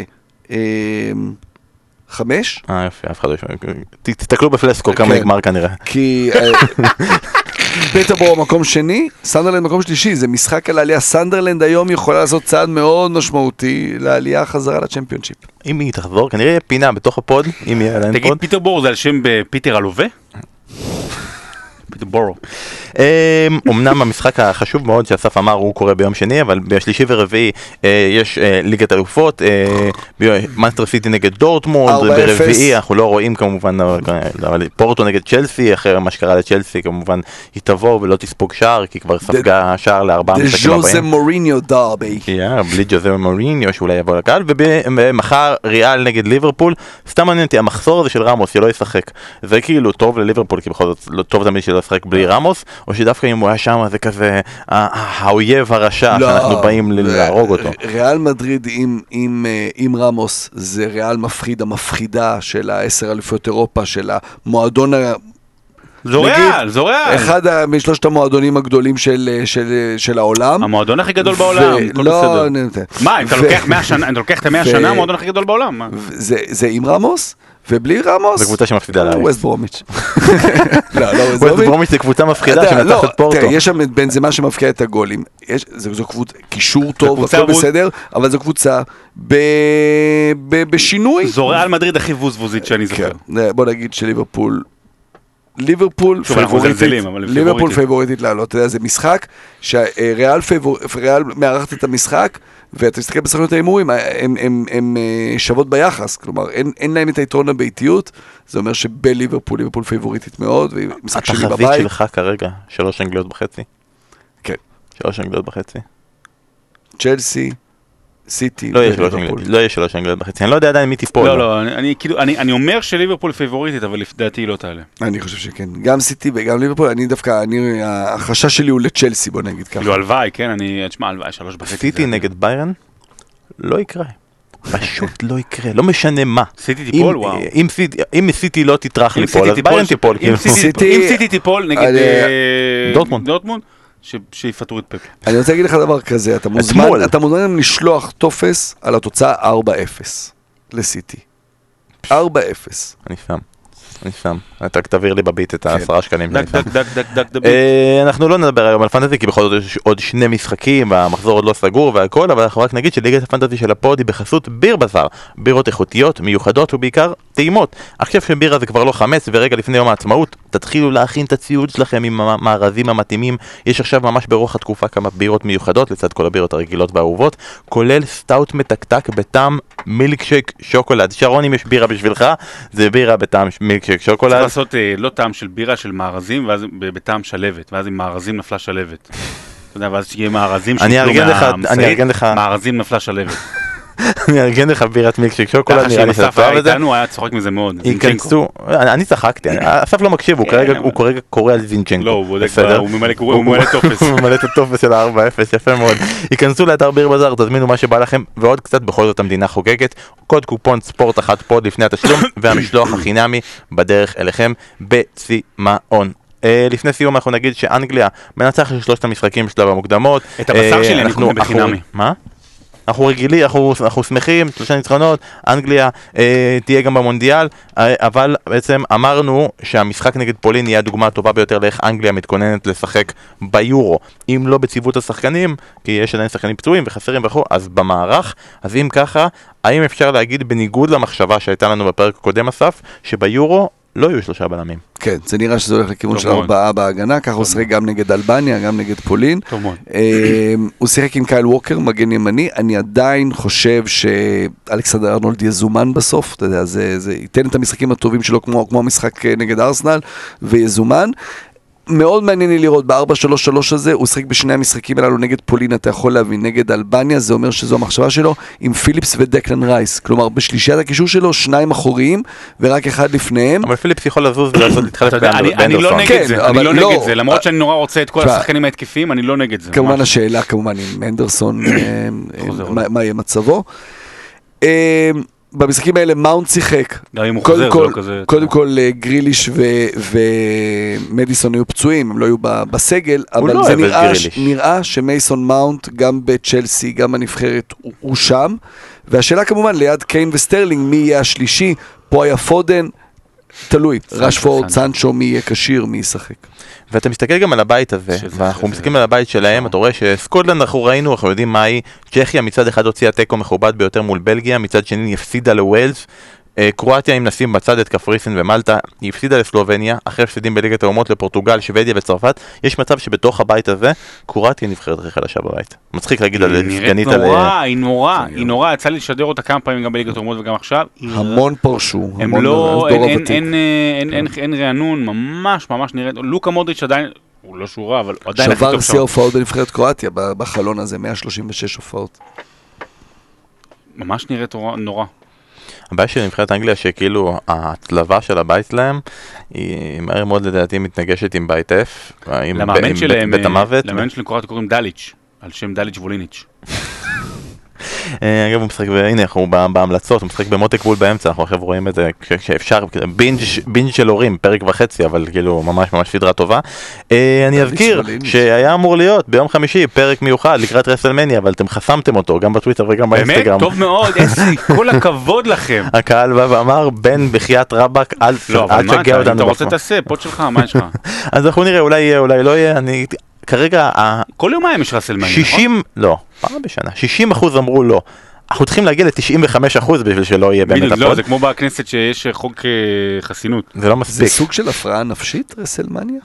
חמש? אה יופי, אף אחד לא ישמע. תסתכלו בפלסקו כמה נגמר כנראה. כי פיטרבורו מקום שני, סנדרלנד מקום שלישי, זה משחק על העלייה. סנדרלנד היום יכולה לעשות צעד מאוד משמעותי לעלייה חזרה לצ'מפיונשיפ. אם היא תחזור, כנראה יהיה פינה בתוך הפוד, אם יהיה עליהם פוד. תגיד, פיטרבורו זה על שם פיטר הלווה? פיטרבורו. אמנם המשחק החשוב מאוד שאסף אמר הוא קורה ביום שני, אבל בשלישי ורביעי יש ליגת אלופות, מנסטר סיטי נגד דורטמונד, ברביעי אנחנו לא רואים כמובן, אבל פורטו נגד צ'לסי, אחרי מה שקרה לצ'לסי כמובן היא תבוא ולא תספוג שער, כי כבר ספגה שער לארבעה משחקים הבאים. ג'וזה מוריניו דרבי. בלי ג'וזה מוריניו שאולי יבוא לקהל, ומחר ריאל נגד ליברפול, סתם מעניין אותי, המחסור הזה של רמוס שלא ישחק, זה כאילו טוב לליברפול, כי בכל זאת טוב תמיד שלא ישחק בלי רמוס, או שדווקא אם הוא היה שם זה כזה האויב הרשע שאנחנו באים להרוג אותו. ריאל מדריד עם רמוס זה ריאל מפחיד, המפחידה של העשר אליפויות אירופה, של המועדון ה... זו ריאל, זו ריאל. אחד משלושת המועדונים הגדולים של העולם. המועדון הכי גדול בעולם, הכל בסדר. מה, אם אתה לוקח את המאה שנה, המועדון הכי גדול בעולם. זה עם רמוס, ובלי רמוס... זו קבוצה שמפחידה לארץ. ווסט ברומיץ'. לא, לא ווסט ברומיץ' זה קבוצה מפחידה שמנצחת פורטו. יש שם את בנזמה שמפקיע את הגולים. זו קבוצה, קישור טוב, הכל בסדר, אבל זו קבוצה בשינוי. זו ריאל מדריד הכי ווזבוזית שאני זוכר. בוא נגיד שליברפול... ליברפול פייבוריטית, ליברפול פייבוריטית לעלות, אתה יודע, זה משחק שהריאל מארחת את המשחק, ואתה מסתכל בסוכנות ההימורים, הם שוות ביחס, כלומר, אין להם את היתרון הביתיות, זה אומר שבליברפול, ליברפול פייבוריטית מאוד, ומשחק שני בבית. התחזית שלך כרגע, שלוש אנגליות בחצי? כן. שלוש אנגליות בחצי? צ'לסי, סיטי, לא יש שלוש אנגליות בחצי, אני לא יודע עדיין מי תספור. לא, לא, אני אומר שליברפול פייבוריטית, אבל לדעתי לא תעלה. אני חושב שכן, גם סיטי וגם ליברפול, אני דווקא, החשש שלי הוא לצ'לסי, בוא נגיד ככה. כאילו הלוואי, כן, אני, תשמע, הלוואי, שלוש בחצי. סיטי נגד ביירן? לא יקרה. פשוט לא יקרה, לא משנה מה. סיטי תיפול, וואו. אם סיטי לא תטרח ליפול, אז ביירן תיפול. אם סיטי תיפול נגד דורטמונד, שיפטרו את פפ. אני רוצה להגיד לך דבר כזה, אתה מוזמן, אתה מוזמן לשלוח טופס על התוצאה ארבע אפס לסיטי. ארבע אפס. אני שם. אני שם. אתה תעביר לי בביט את העשרה שקלים. דק, דק, דק, דק, דק, דק. אנחנו לא נדבר היום על פנטזי, כי בכל זאת יש עוד שני משחקים, והמחזור עוד לא סגור והכל, אבל אנחנו רק נגיד שליגת הפנטזי של הפוד היא בחסות ביר בזאר. בירות איכותיות, מיוחדות ובעיקר טעימות. עכשיו שבירה זה כבר לא חמץ, ורגע לפני יום העצמאות, תתחילו להכין את הציוד שלכם עם המארזים המתאימים. יש עכשיו ממש ברוח התקופה כמה בירות מיוחדות, לצד כל הבירות הרגילות והאהובות, כולל סטאוט מתקתק בטעם מילקשייק שוקולד. שרון, אם יש בירה בשבילך, זה בירה בטעם מילקשייק שוקולד. צריך לעשות לא טעם של בירה, של מארזים, ואז בטעם שלבת, ואז עם מארזים נפלה שלבת. אתה יודע, ואז שיהיה מארזים שיפלו מהמשאית, מארזים נפלה שלבת. אני ארגן לך בירת מילקשייק שוקולד, נראה לי שאתה טוב לזה. איתנו היה צוחק מזה מאוד. ייכנסו, אני צחקתי, אסף לא מקשיב, הוא כרגע קורא על זינצ'נקו. לא, הוא ממלא טופס. הוא ממלא את הטופס של ה-ארבע אפס, יפה מאוד. ייכנסו לאתר ביר בזאר, תזמינו מה שבא לכם, ועוד קצת בכל זאת המדינה חוגגת. קוד קופון ספורט אחת פוד לפני התשלום, והמשלוח החינמי בדרך אליכם בצמאון. לפני סיום אנחנו נגיד שאנגליה מנצחת שלושת המשחקים שלה במוקדמות. את הבשר שלי אני קונה בחינמי. מה? אנחנו רגילים, אנחנו, אנחנו שמחים, שלושה ניצחונות, אנגליה אה, תהיה גם במונדיאל, אה, אבל בעצם אמרנו שהמשחק נגד פולין יהיה הדוגמה הטובה ביותר לאיך אנגליה מתכוננת לשחק ביורו. אם לא בציוות השחקנים, כי יש עדיין שחקנים פצועים וחסרים וכו', אז במערך, אז אם ככה, האם אפשר להגיד בניגוד למחשבה שהייתה לנו בפרק הקודם אסף, שביורו לא יהיו שלושה בלמים? כן, זה נראה שזה הולך לכיוון של ארבעה בהגנה, ככה הוא שיחק גם נגד אלבניה, גם נגד פולין. הוא שיחק עם קייל ווקר, מגן ימני, אני עדיין חושב שאלכסנדר ארנולד יזומן בסוף, אתה יודע, זה ייתן את המשחקים הטובים שלו כמו המשחק נגד ארסנל, ויזומן. מאוד מעניין לי לראות ב-ארבע שלוש שלוש הזה, הוא שחק בשני המשחקים הללו נגד פולין, אתה יכול להבין, נגד אלבניה, זה אומר שזו המחשבה שלו, עם פיליפס ודקלן רייס, כלומר בשלישיית הקישור שלו, שניים אחוריים, ורק אחד לפניהם. אבל פיליפס יכול לזוז ולעשות להתחלף באנדרסון. אני לא נגד זה, אני לא נגד זה, למרות שאני נורא רוצה את כל השחקנים ההתקפיים, אני לא נגד זה. כמובן השאלה, כמובן עם אנדרסון, מה יהיה מצבו. במשחקים האלה מאונט שיחק, קודם כל גריליש ומדיסון היו פצועים, הם לא היו בסגל, אבל זה נראה שמייסון מאונט גם בצ'לסי, גם בנבחרת הוא שם, והשאלה כמובן ליד קיין וסטרלינג, מי יהיה השלישי, פה היה פודן, תלוי, רשפורד, סנצ'ו, מי יהיה קשיר, מי ישחק. ואתה מסתכל גם על הבית הזה, ואנחנו מסתכלים על הבית שלהם, אתה רואה שסקוטלנד אנחנו ראינו, אנחנו יודעים מה היא, צ'כיה מצד אחד הוציאה טקו מכובד ביותר מול בלגיה, מצד שני הפסידה לווילס, קרואטיה, אם נשים בצד את קפריסין ומלטה, היא הפסידה לסלובניה, אחרי הפסידים בליגת האומות לפורטוגל, שוודיה וצרפת. יש מצב שבתוך הבית הזה, קרואטיה נבחרת הכי חלשה בבית. מצחיק להגיד על סגנית על... היא נורא, היא נורא, היא נורא, יצא לי לשדר אותה כמה פעמים גם בליגת האומות וגם עכשיו. המון פרשו, הם לא, אין רענון, ממש ממש נראית, לוקה מודריץ' עדיין, הוא לא שורה, אבל עדיין הכי טוב שם. שבר שיא הופעות בנבחרת קרואטיה, בחלון הזה, מאה שלושים ושש הופעות. ממש נראית נורא. הבעיה של נבחרת אנגליה שכאילו ההצלבה של הבית שלהם היא מהר מאוד לדעתי מתנגשת עם בית F, עם בית המוות. למאמן שלהם קוראים דליץ', על שם דליץ' ווליניץ'. אגב הוא משחק, והנה אנחנו בהמלצות, הוא משחק במותק גבול באמצע, אנחנו עכשיו רואים את זה שאפשר, בינג' של הורים, פרק וחצי, אבל כאילו ממש ממש סדרה טובה. אני אזכיר שהיה אמור להיות ביום חמישי פרק מיוחד לקראת רסלמניה, אבל אתם חסמתם אותו גם בטוויטר וגם באינסטגרם. באמת? טוב מאוד, כל הכבוד לכם. הקהל בא ואמר, בן בחיית רבק, אל תשגע אותנו. אתה רוצה תעשה, פוד שלך, מה יש לך? אז אנחנו נראה, אולי יהיה, אולי לא יהיה, אני... כרגע... כל יומיים יש רסלמניה, שישים, לא, פעם בשנה, שישים אחוז אמרו לא. אנחנו צריכים להגיע ל-תשעים וחמישה אחוז בשביל שלא יהיה באמת הפוד. לא, זה כמו בכנסת שיש חוק חסינות. זה לא מספיק. זה סוג של הפרעה נפשית, רסלמניה?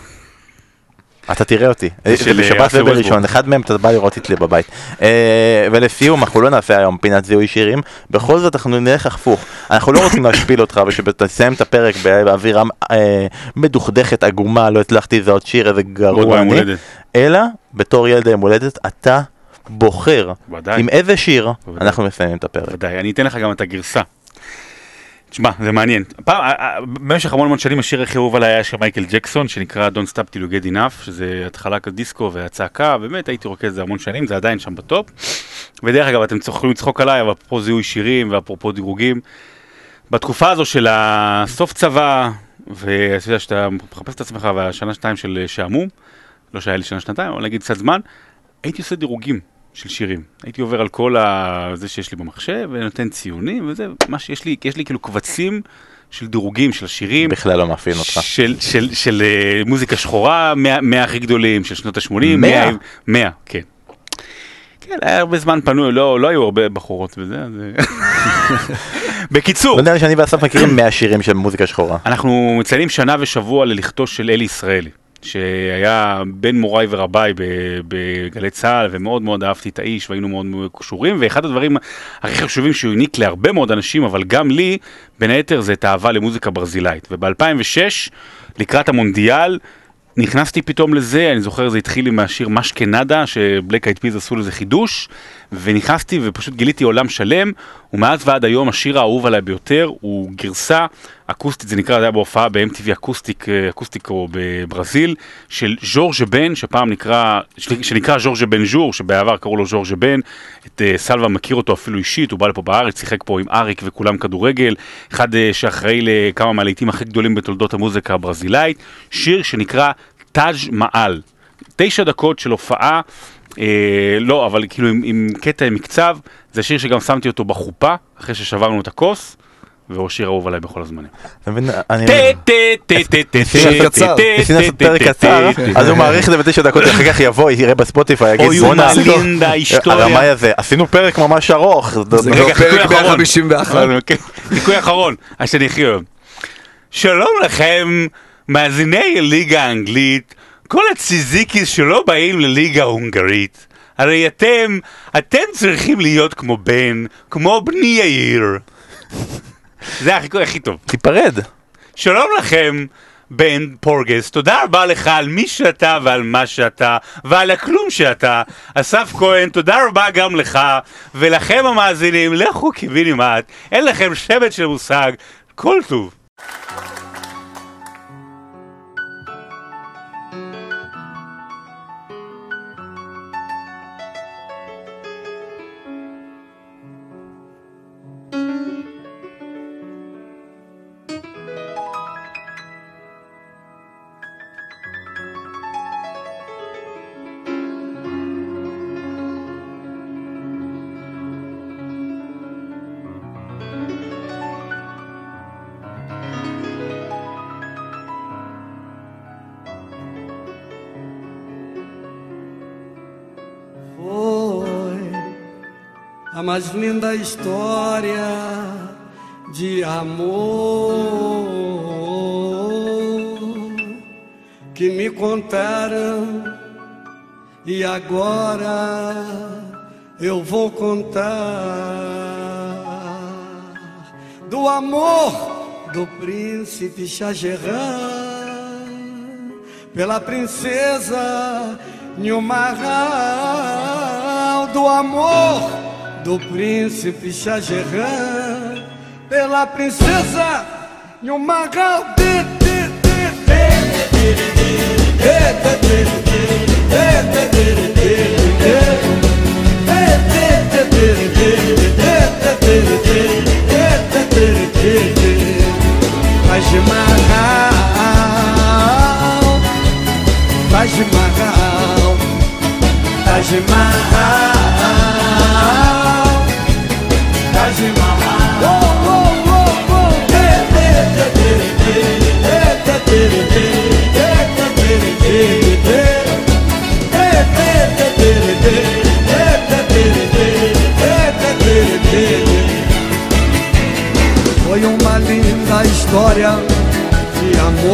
אתה תראה אותי, זה בשבת ובראשון, אחד מהם אתה בא לראות אצלי בבית. ולסיום, אנחנו לא נעשה היום פינת זיהוי שירים, בכל זאת אנחנו נלך הפוך. אנחנו לא רוצים להשפיל אותך ושתסיים את הפרק באווירה מדוכדכת, עגומה, לא הצלחתי לזהות שיר, איזה גרוע אני, אלא בתור ילד היום הולדת, אתה בוחר עם איזה שיר אנחנו מסיימים את הפרק. ודאי, אני אתן לך גם את הגרסה. תשמע, זה מעניין. פעם, במשך המון המון שנים השיר הכי אהוב עליי היה של מייקל ג'קסון, שנקרא Don't Stop Till You Get Enough, שזה התחלה כדיסקו והצעקה, באמת הייתי רוקד את זה המון שנים, זה עדיין שם בטופ. ודרך אגב, אתם יכולים לצחוק עליי, אבל אפרופו זיהוי שירים ואפרופו דירוגים, בתקופה הזו של הסוף צבא, ואתה יודע שאתה מחפש את עצמך, והשנה שנתיים של שעמום, לא שהיה לי שנה שנתיים, אבל נגיד קצת זמן, הייתי עושה דירוגים של שירים. הייתי עובר על כל זה שיש לי במחשב, ונותן ציונים, וזה מה שיש לי, יש לי כאילו קבצים של דירוגים, של השירים. בכלל לא מאפיין אותך. של, של, של, של uh, מוזיקה שחורה, מאה הכי גדולים, של שנות ה-שמונים. מאה? מאה, כן. כן, היה הרבה זמן פנוי, לא, לא היו הרבה בחורות וזה, אז... בקיצור. לא יודע שאני ואסף מכירים מאה שירים של מוזיקה שחורה. אנחנו מציינים שנה ושבוע ללכתו של אלי ישראלי. שהיה בין מוריי ורביי בגלי צהל, ומאוד מאוד אהבתי את האיש, והיינו מאוד מאוד קשורים, ואחד הדברים הכי חשובים שהוא העניק להרבה מאוד אנשים, אבל גם לי, בין היתר, זה את האהבה למוזיקה ברזילאית. וב-אלפיים ושש, לקראת המונדיאל, נכנסתי פתאום לזה, אני זוכר, זה התחיל עם השיר משקנדה, שבלק אייד פיז עשו לזה חידוש, ונכנסתי ופשוט גיליתי עולם שלם, ומאז ועד היום השיר האהוב עליי ביותר, הוא גרסה אקוסטית, זה נקרא, זה היה בהופעה ב-אם טי וי אקוסטיק, אקוסטיקו בברזיל, של ז'ורג' בן, שפעם נקרא, שנקרא ז'ורג' בן ז'ור, שבעבר קראו לו ז'ורג' בן, את סלווה מכיר אותו אפילו אישית, הוא בא לפה בארץ, שיחק פה עם אריק וכולם כדורגל, אחד שאחראי לכמה מהלהיטים הכי גדולים בתולדות המוזיקה הברזילאית, שיר שנקרא טאג' מעל, תשע דקות של הופעה, אה, לא, אבל כאילו עם, עם קטע, עם מקצב, זה שיר שגם שמתי אותו בחופה, אחרי ששברנו את הכוס, והוא שיר אהוב עליי בכל הזמנים. אתה מבין, אני... ניסינו לעשות פרק קצר, אז הוא מעריך את זה בתשע דקות, אחר כך יבוא, יראה בספוטיפיי, יגיד בוא נעשו, הרמאי הזה, עשינו פרק ממש ארוך. זה גם פרק מאה חמישים ואחת. תיקוי אחרון, אז שאני הכי אוהב. שלום לכם, מאזיני ליגה האנגלית, כל הציזיקיס שלא באים לליגה ההונגרית. הרי אתם, אתם צריכים להיות כמו בן, כמו בני יאיר. זה החיקוי הכי טוב. תיפרד. שלום לכם, בן פורגס, תודה רבה לך על מי שאתה ועל מה שאתה ועל הכלום שאתה. אסף כהן, תודה רבה גם לך, ולכם המאזינים, לכו קיבינימט, אין לכם שבט של מושג, כל טוב. A mais linda história de amor que me contaram e agora eu vou contar do amor do príncipe Shah Jahan pela princesa Nilmahal, do amor do príncipe Shah Jahan pela princesa Nilmahal. Taj Mahal, Taj Mahal, Taj Mahal, Taj Mahal. Oh, oh, oh, oh. Foi uma linda história de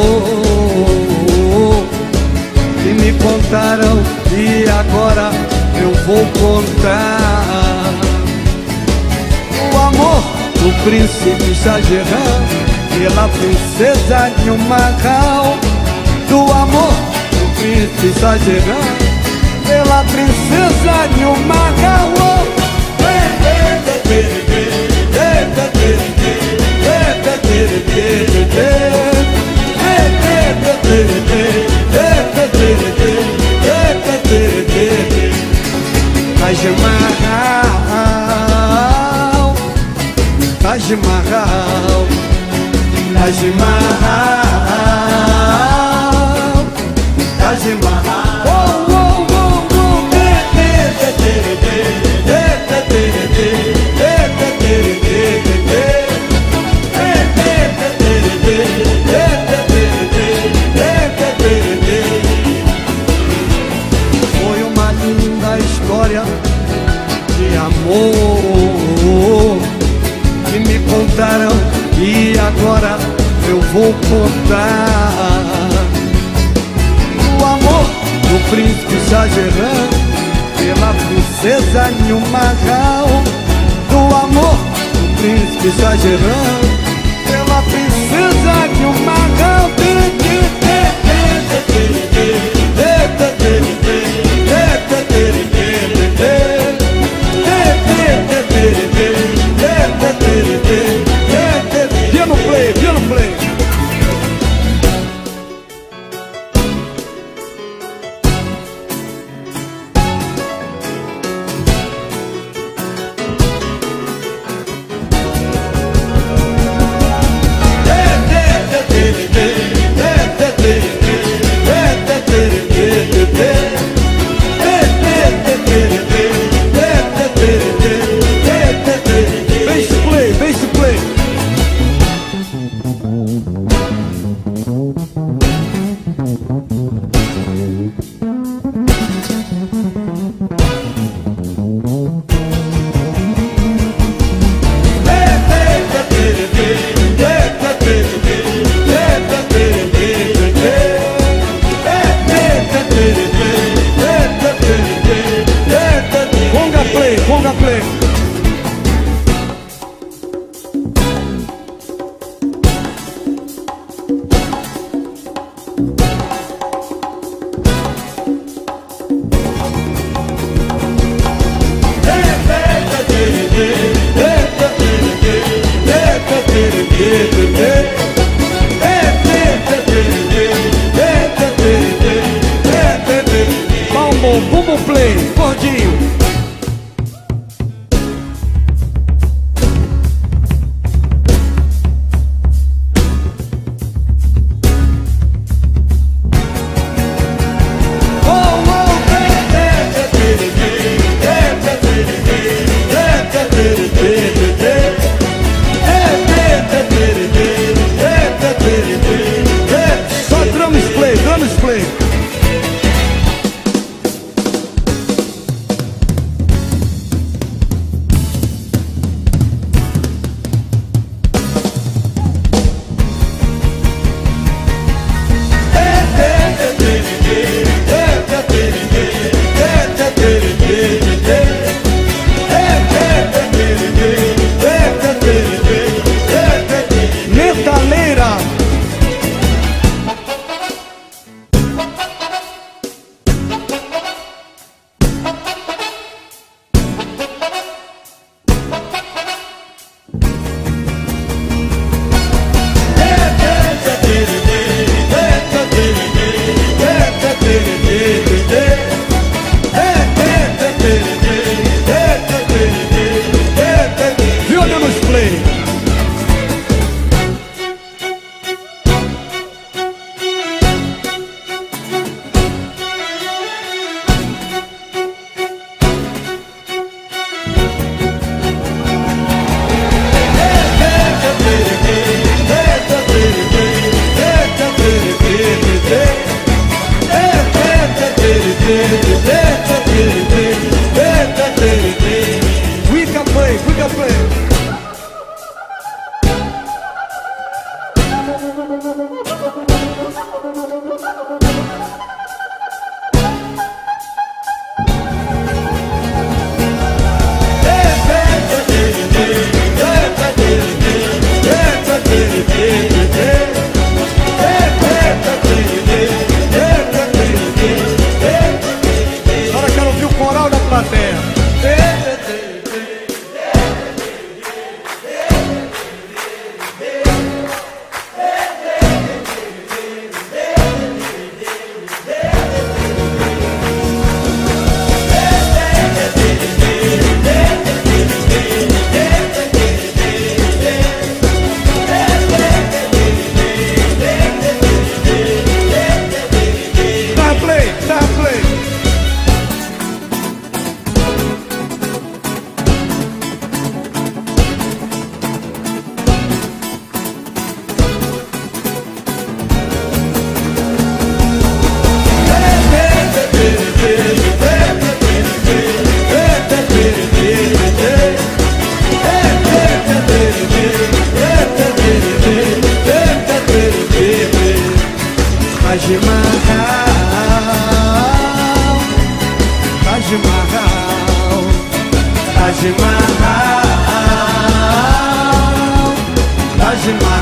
amor que me contaram e agora eu vou contar. O amor do príncipe Shah Jahan pela princesa Nilmahal, do amor do príncipe Shah Jahan pela princesa Nilmahal. Taj Mahal, Taj Mahal, Taj Mahal, Taj Mahal. Oh, oh, oh, oh. Foi uma linda história de amor que me contaram e agora eu vou contar. O amor do príncipe Shah Jahan pela princesa Nilmahal, do amor do príncipe Shah Jahan pela princesa Nilmahal. Piano play, piano play. Conga play, conga play. Bumbo, bumbo play, gordinho. Hey, Inglaterra. Tá play, tá play. Taj Mahal, Taj Mahal, Taj Mahal, Taj Mahal.